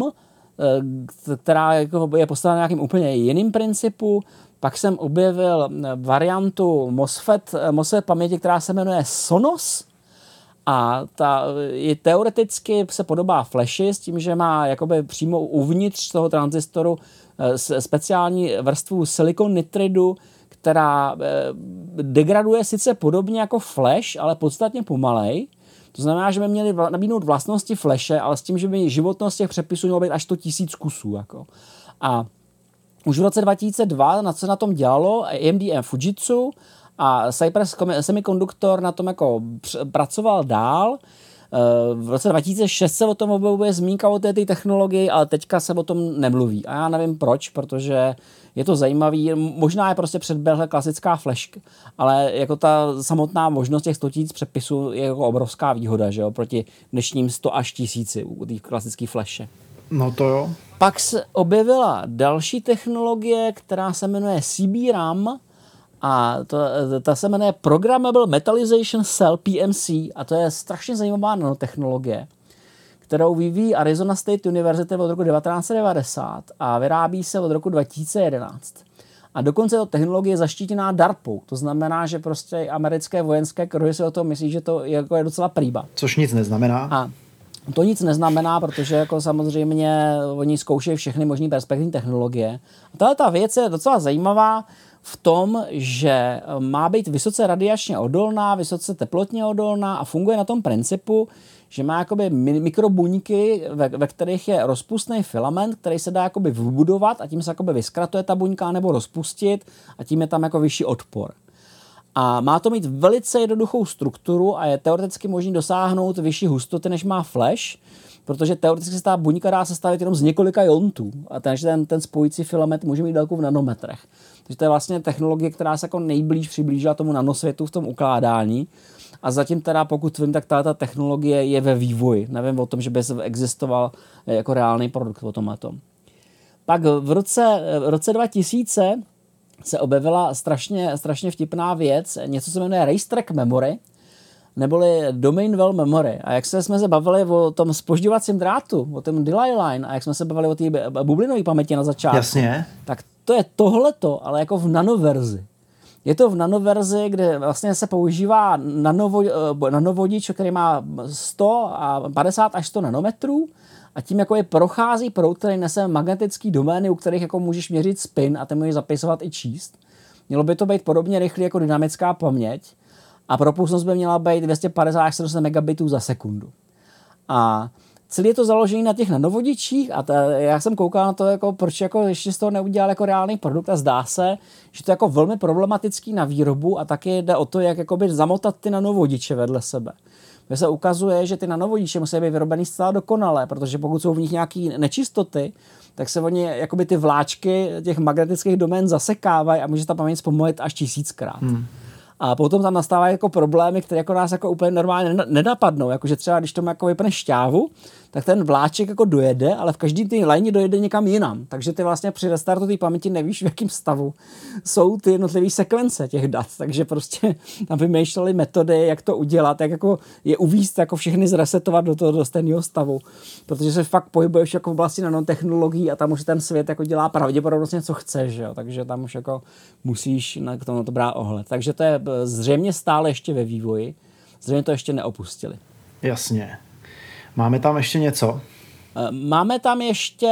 která je postavena na nějakým úplně jiným principu. Pak jsem objevil variantu MOSFET, MOSFET paměti, která se jmenuje Sonos. A ta je teoreticky se podobá flashi s tím, že má jakoby přímo uvnitř toho transistoru speciální vrstvu silikon nitridu, která degraduje sice podobně jako flash, ale podstatně pomalej. To znamená, že by měli nabídnout vlastnosti flashe, ale s tím, že by životnost těch přepisů mělo být až sto tisíc kusů. Jako. A už v roce dva tisíce dva, na co na tom dělalo, A M D a Fujitsu a Cypress Semiconductor na tom jako pracoval dál. V roce dva tisíce šest se o tom objevuje zmínka o této technologii, ale teďka se o tom nemluví. A já nevím proč, protože je to zajímavý. Možná je prostě předběhla klasická flashka, ale jako ta samotná možnost těch sto tisíc přepisů je jako obrovská výhoda, že jo, proti dnešním sto až tisíci u té klasické flashe. No to jo. Pak se objevila další technologie, která se jmenuje C B RAM, a to, ta se jmenuje Programmable Metallization Cell P M C a to je strašně zajímavá nanotechnologie, kterou vyvíjí Arizona State University od roku devatenáct set devadesát a vyrábí se od roku dva tisíce jedenáct. A dokonce to technologie zaštítěná DARPou, to znamená, že prostě americké vojenské kruhy si o tom myslí, že to je, jako je docela prýba. Což nic neznamená. A to nic neznamená, protože jako samozřejmě oni zkoušejí všechny možné perspektivní technologie. A tahle ta věc je docela zajímavá v tom, že má být vysoce radiačně odolná, vysoce teplotně odolná a funguje na tom principu, že má jakoby mikrobuňky, ve, ve kterých je rozpustný filament, který se dá jakoby vybudovat a tím se jakoby vyskratuje ta buňka nebo rozpustit a tím je tam jako vyšší odpor. A má to mít velice jednoduchou strukturu a je teoreticky možný dosáhnout vyšší hustoty, než má flash, protože teoreticky se ta buňka dá sestavit jenom z několika iontů a ten, ten spojící filament může mít délku v nanometrech. Takže to je vlastně technologie, která se jako nejblíž přiblížila tomu nanosvětu v tom ukládání. A zatím teda, pokud vím, tak tato technologie je ve vývoji. Nevím o tom, že by existoval jako reálný produkt o tom a tom. Pak v roce, v roce dva tisíce se objevila strašně, strašně vtipná věc, něco se jmenuje Racetrack Memory, neboli Domain Well Memory. A jak se jsme se bavili o tom zpožďovacím drátu, o tom delay line, a jak jsme se bavili o té bublinové paměti na začátku, jasně, tak to je tohleto, ale jako v nanoverzi. Je to v nanoverzi, kde vlastně se používá nanovo, nanovodič, který má sto a padesát až sto nanometrů a tím jako je prochází proud, který nese magnetický domény, u kterých jako můžeš měřit spin a ty můžeš zapisovat i číst. Mělo by to být podobně rychlý jako dynamická paměť a propustnost by měla být dvě stě padesát až sedm set megabitů za sekundu. A celý je to založené na těch nanovodičích a ta, já jsem koukal na to, jako, proč jako ještě z toho neudělal jako reálný produkt a zdá se, že to je jako velmi problematický na výrobu a taky jde o to, jak jakoby zamotat ty nanovodiče vedle sebe. Kde se ukazuje, že ty nanovodiče musí být vyrobený zcela dokonale, protože pokud jsou v nich nějaké nečistoty, tak se oni jakoby ty vláčky těch magnetických domén zasekávají a může ta paměť zpomalit až tisíckrát. Hmm. A potom tam nastávají jako problémy, které jako nás jako úplně normálně nenapadnou. Jakože třeba, když tomu jako vypne šťávu, tak ten vláček jako dojede, ale v každý té lajně dojede někam jinam. Takže ty vlastně při restartu té paměti nevíš, v jakém stavu jsou ty jednotlivé sekvence těch dat. Takže prostě tam vymýšleli metody, jak to udělat, jak jako je uvíct, jako všechny zresetovat do toho do stejného stavu. Protože se fakt pohybuješ jako v oblasti nanotechnologií a tam už ten svět jako dělá pravděpodobně, co chceš, že jo? Takže tam už jako musíš na to, na to brát ohled. Takže to je zřejmě stále ještě ve vývoji. Zřejmě to ještě neopustili. Jasně. Máme tam ještě něco? Máme tam ještě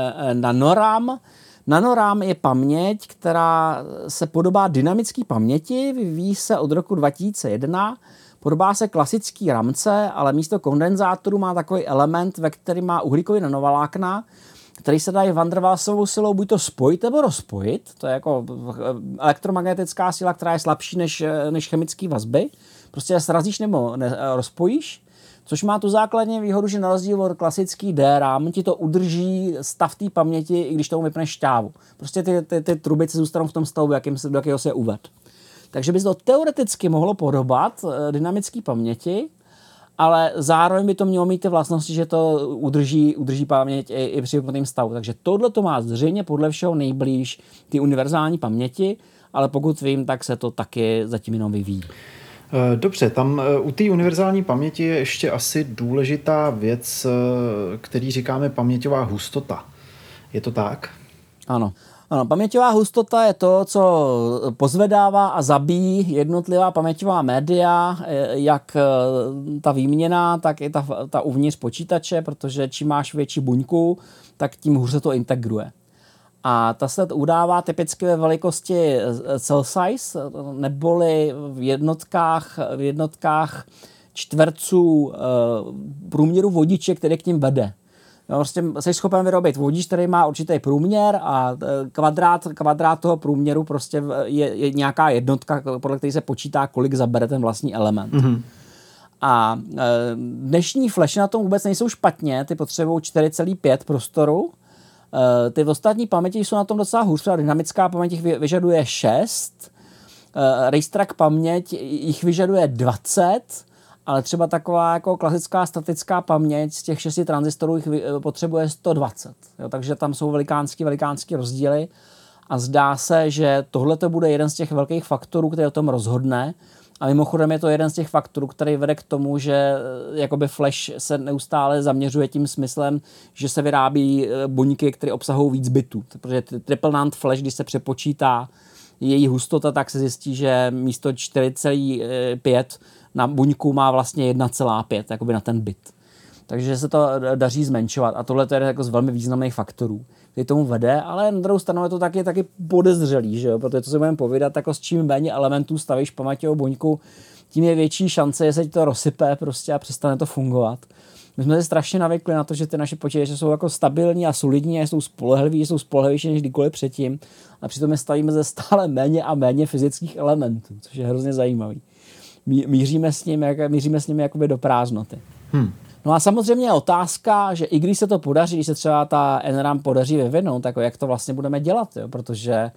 NanoRAM. NanoRAM je paměť, která se podobá dynamické paměti, vyvíjí se od roku dva tisíce jedna, podobá se klasický ramce, ale místo kondenzátoru má takový element, ve který má uhlíkový nanovalákna, který se dají van der Waalsovou silou buď to spojit nebo rozpojit. To je jako elektromagnetická síla, která je slabší než, než chemické vazby. Prostě je srazíš nebo ne, rozpojíš. Což má tu základní výhodu, že na rozdíl od klasický D RAM ti to udrží stav té paměti, i když tomu vypneš šťávu. Prostě ty, ty, ty trubice zůstanou v tom stavu, jakým, do jakého se uved. Takže by se to teoreticky mohlo podobat dynamické paměti, ale zároveň by to mělo mít ty vlastnosti, že to udrží, udrží paměť i, i při vypnutém stavu. Takže tohle to má zřejmě podle všeho nejblíž ty univerzální paměti, ale pokud vím, tak se to taky zatím jenom vyvíjí. Dobře, tam u té univerzální paměti je ještě asi důležitá věc, který říkáme paměťová hustota. Je to tak? Ano. Ano, paměťová hustota je to, co pozvedává a zabíjí jednotlivá paměťová média, jak ta výměna, tak i ta, ta uvnitř počítače, protože čím máš větší buňku, tak tím hůř se to integruje. A ta se udává typicky ve velikosti cell size, neboli v jednotkách, v jednotkách čtverců průměru vodiče, který k ním vede. No, prostě jsi schopen vyrobit vodič, který má určitý průměr a kvadrát, kvadrát toho průměru prostě je, je nějaká jednotka, podle které se počítá, kolik zabere ten vlastní element. Mm-hmm. A dnešní flashy na tom vůbec nejsou špatně, ty potřebují čtyři celá pět prostoru. Ty ostatní paměti jsou na tom docela hůř, třeba dynamická paměť jich vyžaduje šest, racetrack paměť jich vyžaduje dvacet, ale třeba taková jako klasická statická paměť z těch šesti tranzistorů jich potřebuje sto dvacet. Jo, takže tam jsou velikánský, velikánský rozdíly a zdá se, že tohle to bude jeden z těch velkých faktorů, který o tom rozhodne. A mimochodem je to jeden z těch faktorů, který vede k tomu, že jakoby flash se neustále zaměřuje tím smyslem, že se vyrábí buňky, které obsahují víc bitů. Protože triple NAND flash, když se přepočítá její hustota, tak se zjistí, že místo čtyři celá pět na buňku má vlastně jedna celá pět jakoby na ten bit. Takže se to daří zmenšovat a tohle je jako z velmi významných faktorů, který tomu vede, ale na druhou stranu je to taky, taky podezřelý, že jo? Protože to si budeme povídat, jako s čím méně elementů stavíš paměťovou buňku, tím je větší šance, že se ti to rozsype prostě a přestane to fungovat. My jsme se strašně navykli na to, že ty naše počítače jsou jako stabilní a solidní a jsou spolehliví, jsou spolehlivější než kdykoliv předtím a přitom je stavíme ze stále méně a méně fyzických elementů, což je hrozně zajímavý. Míříme s ním, jak, míříme s nimi jakoby do prázdnoty. Hmm. No a samozřejmě je otázka, že i když se to podaří, když se třeba ta N RAM podaří vyvinout, tak jak to vlastně budeme dělat, jo? Protože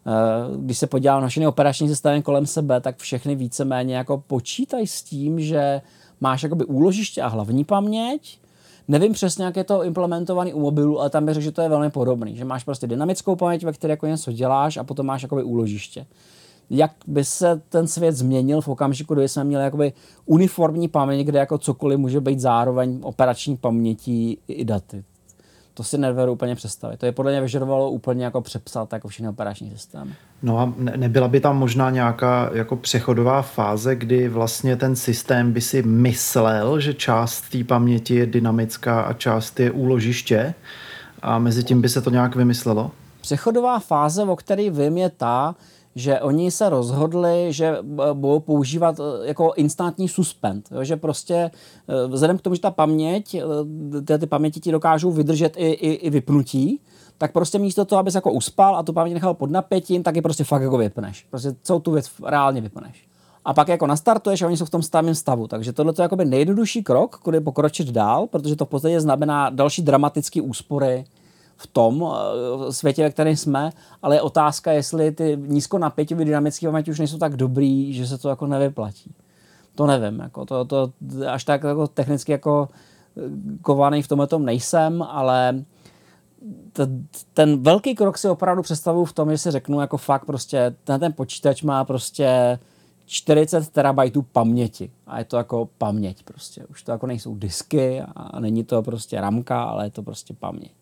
uh, když se podívám na všechny operační systémy kolem sebe, tak všechny víceméně jako počítají s tím, že máš jakoby úložiště a hlavní paměť. Nevím přesně, jak je to implementovaný u mobilu, ale tam bych řekl, že to je velmi podobný, že máš prostě dynamickou paměť, ve které jako něco děláš a potom máš jakoby úložiště. Jak by se ten svět změnil v okamžiku, kdy jsme měli jakoby uniformní paměť, kde jako cokoliv může být zároveň operační pamětí i daty. To si nedovedu úplně představit. To je podle mě vyžadovalo úplně jako přepsat jako všechny operační systémy. No a ne, nebyla by tam možná nějaká jako přechodová fáze, kdy vlastně ten systém by si myslel, že část té paměti je dynamická a část je úložiště a mezi tím by se to nějak vymyslelo? Přechodová fáze, o které vím, je ta, že oni se rozhodli, že budou používat jako instantní suspend, jo, že prostě vzhledem k tomu, že ta paměť, ty, ty paměti ti dokážou vydržet i, i, i vypnutí, tak prostě místo toho, abys jako uspal a tu paměť nechal pod napětím, tak je prostě fakt jako vypneš. Prostě celou tu věc reálně vypneš. A pak jako nastartuješ a oni jsou v tom stálém stavu. Takže tohle je jakoby nejjednodušší krok, kudy pokročit dál, protože to v podstatě znamená další dramatické úspory v tom světě, ve kterém jsme, ale je otázka, jestli ty nízkonapěťové dynamické paměti už nejsou tak dobrý, že se to jako nevyplatí. To nevím, jako to, to až tak jako technicky jako kovaný v tomhle tom nejsem, ale ten, ten velký krok si opravdu představuju v tom, že si řeknu jako fakt prostě, ten, ten počítač má prostě čtyřicet terabajtů paměti a je to jako paměť prostě. Už to jako nejsou disky a není to prostě ramka, ale je to prostě paměť.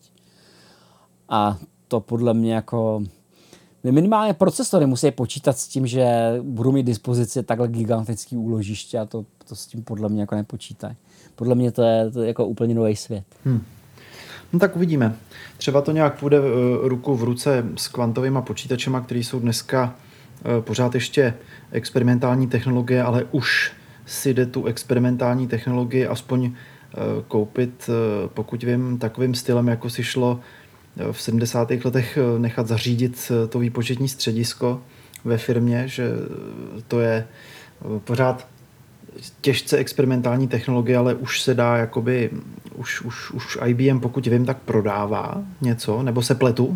A to podle mě jako minimálně procesory musí počítat s tím, že budu mít dispozici takhle gigantický úložiště a to, to s tím podle mě jako nepočítají. Podle mě to je, to je jako úplně nový svět. Hmm. No tak uvidíme. Třeba to nějak půjde ruku v ruce s kvantovými počítačema, které jsou dneska pořád ještě experimentální technologie, ale už si jde tu experimentální technologii aspoň koupit, pokud vím, takovým stylem, jako si šlo v sedmdesátých letech nechat zařídit to výpočetní středisko ve firmě, že to je pořád těžce experimentální technologie, ale už se dá jakoby, už, už, už I B M, pokud vím, tak prodává něco, nebo se pletu?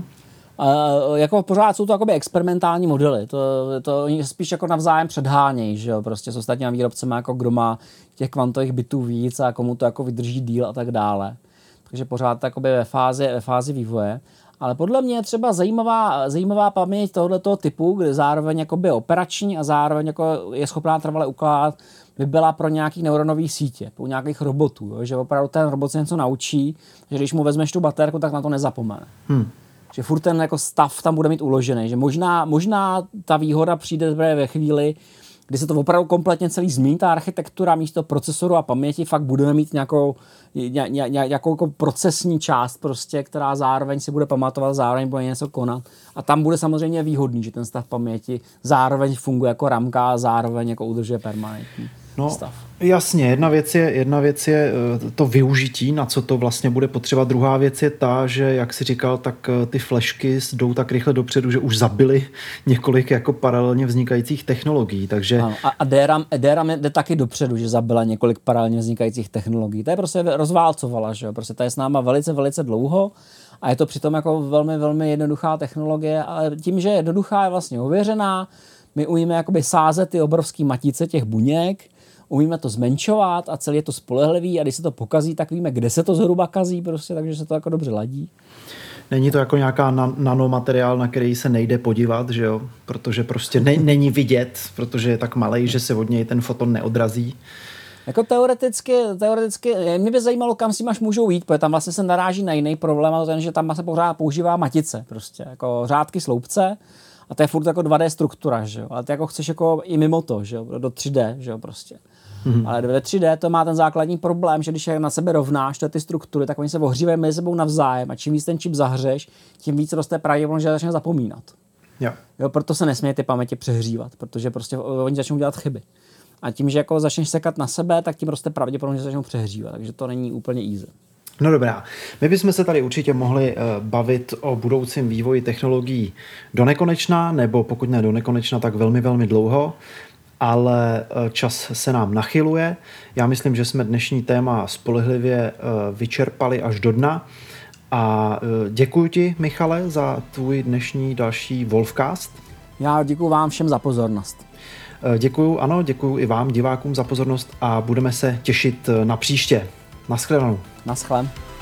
Uh, jako pořád jsou to jakoby experimentální modely, to, to spíš jako navzájem předhánějí, že jo, prostě s ostatními výrobcemi, jako kdo má těch kvantových bitů víc a komu to jako vydrží díl a tak dále. Takže pořád jakoby ve fázi, ve fázi vývoje. Ale podle mě je třeba zajímavá, zajímavá paměť tohoto typu, kde zároveň jakoby operační a zároveň jako je schopná trvale ukládat, by byla pro nějaký neuronové sítě, pro nějakých robotů, jo? Že opravdu ten robot se něco naučí, že když mu vezmeš tu baterku, tak na to nezapomene. Hmm. Že furt ten jako stav tam bude mít uložený, že možná, možná ta výhoda přijde ve chvíli, kdy se to opravdu kompletně celý změní, ta architektura místo procesoru a paměti, fakt budeme mít nějakou, ně, ně, nějakou jako procesní část, prostě, která zároveň si bude pamatovat, zároveň bude něco konat. A tam bude samozřejmě výhodný, že ten stav paměti zároveň funguje jako ramka a zároveň jako udržuje permanentní no, stav. Jasně, jedna věc, je, jedna věc je to využití, na co to vlastně bude potřeba. Druhá věc je ta, že, jak jsi říkal, tak ty flashky jdou tak rychle dopředu, že už zabily několik jako paralelně vznikajících technologií. Takže... Ano, a, a D R A M, D R A M jde taky dopředu, že zabila několik paralelně vznikajících technologií. To je prostě rozválcovala, že jo? Prostě to je s náma velice, velice dlouho a je to přitom jako velmi, velmi jednoduchá technologie, ale tím, že je jednoduchá, je vlastně ověřená, my umíme jakoby sázet ty obrovský matice těch buněk, umíme to zmenšovat a celý je to spolehlivý a když se to pokazí, tak víme, kde se to zhruba kazí, prostě, takže se to jako dobře ladí. Není to jako nějaká nan- nanomateriál, na který se nejde podívat, že jo? Protože prostě ne- není vidět, protože je tak malej, že se od něj ten foton neodrazí. Jako teoreticky, teoreticky, mě by zajímalo, kam si máš můžou jít, protože tam vlastně se naráží na jiný problém, a ten, že tam se pořád používá matice, prostě, jako řádky sloupce. A to je furt jako dva dé struktura, že jo? Ale ty jako chceš jako i mimo to, že jo? Do tři dé, že jo, prostě. Mm-hmm. Ale ve tři dé to má ten základní problém, že když je na sebe rovnáš ty struktury, tak oni se ohřívají mezi sebou navzájem a čím víc ten čip zahřeš, tím víc roste pravděpodobnost, že začne zapomínat. Jo. Jo, proto se nesmí ty paměti přehřívat, protože prostě oni začnou dělat chyby. A tím, že jako začneš sekat na sebe, tak tím roste pravděpodobnost, že začnou přehřívat, takže to není úplně easy. No dobrá, my bychom se tady určitě mohli uh, bavit o budoucím vývoji technologií do nekonečna, nebo pokud ne do nekonečna, tak velmi, velmi dlouho, ale uh, čas se nám nachyluje. Já myslím, že jsme dnešní téma spolehlivě uh, vyčerpali až do dna a uh, děkuji ti, Michale, za tvůj dnešní další Wolfcast. Já děkuji vám všem za pozornost. Uh, děkuji, ano, děkuji i vám, divákům, za pozornost a budeme se těšit na příště. Naschledanou. Naschle.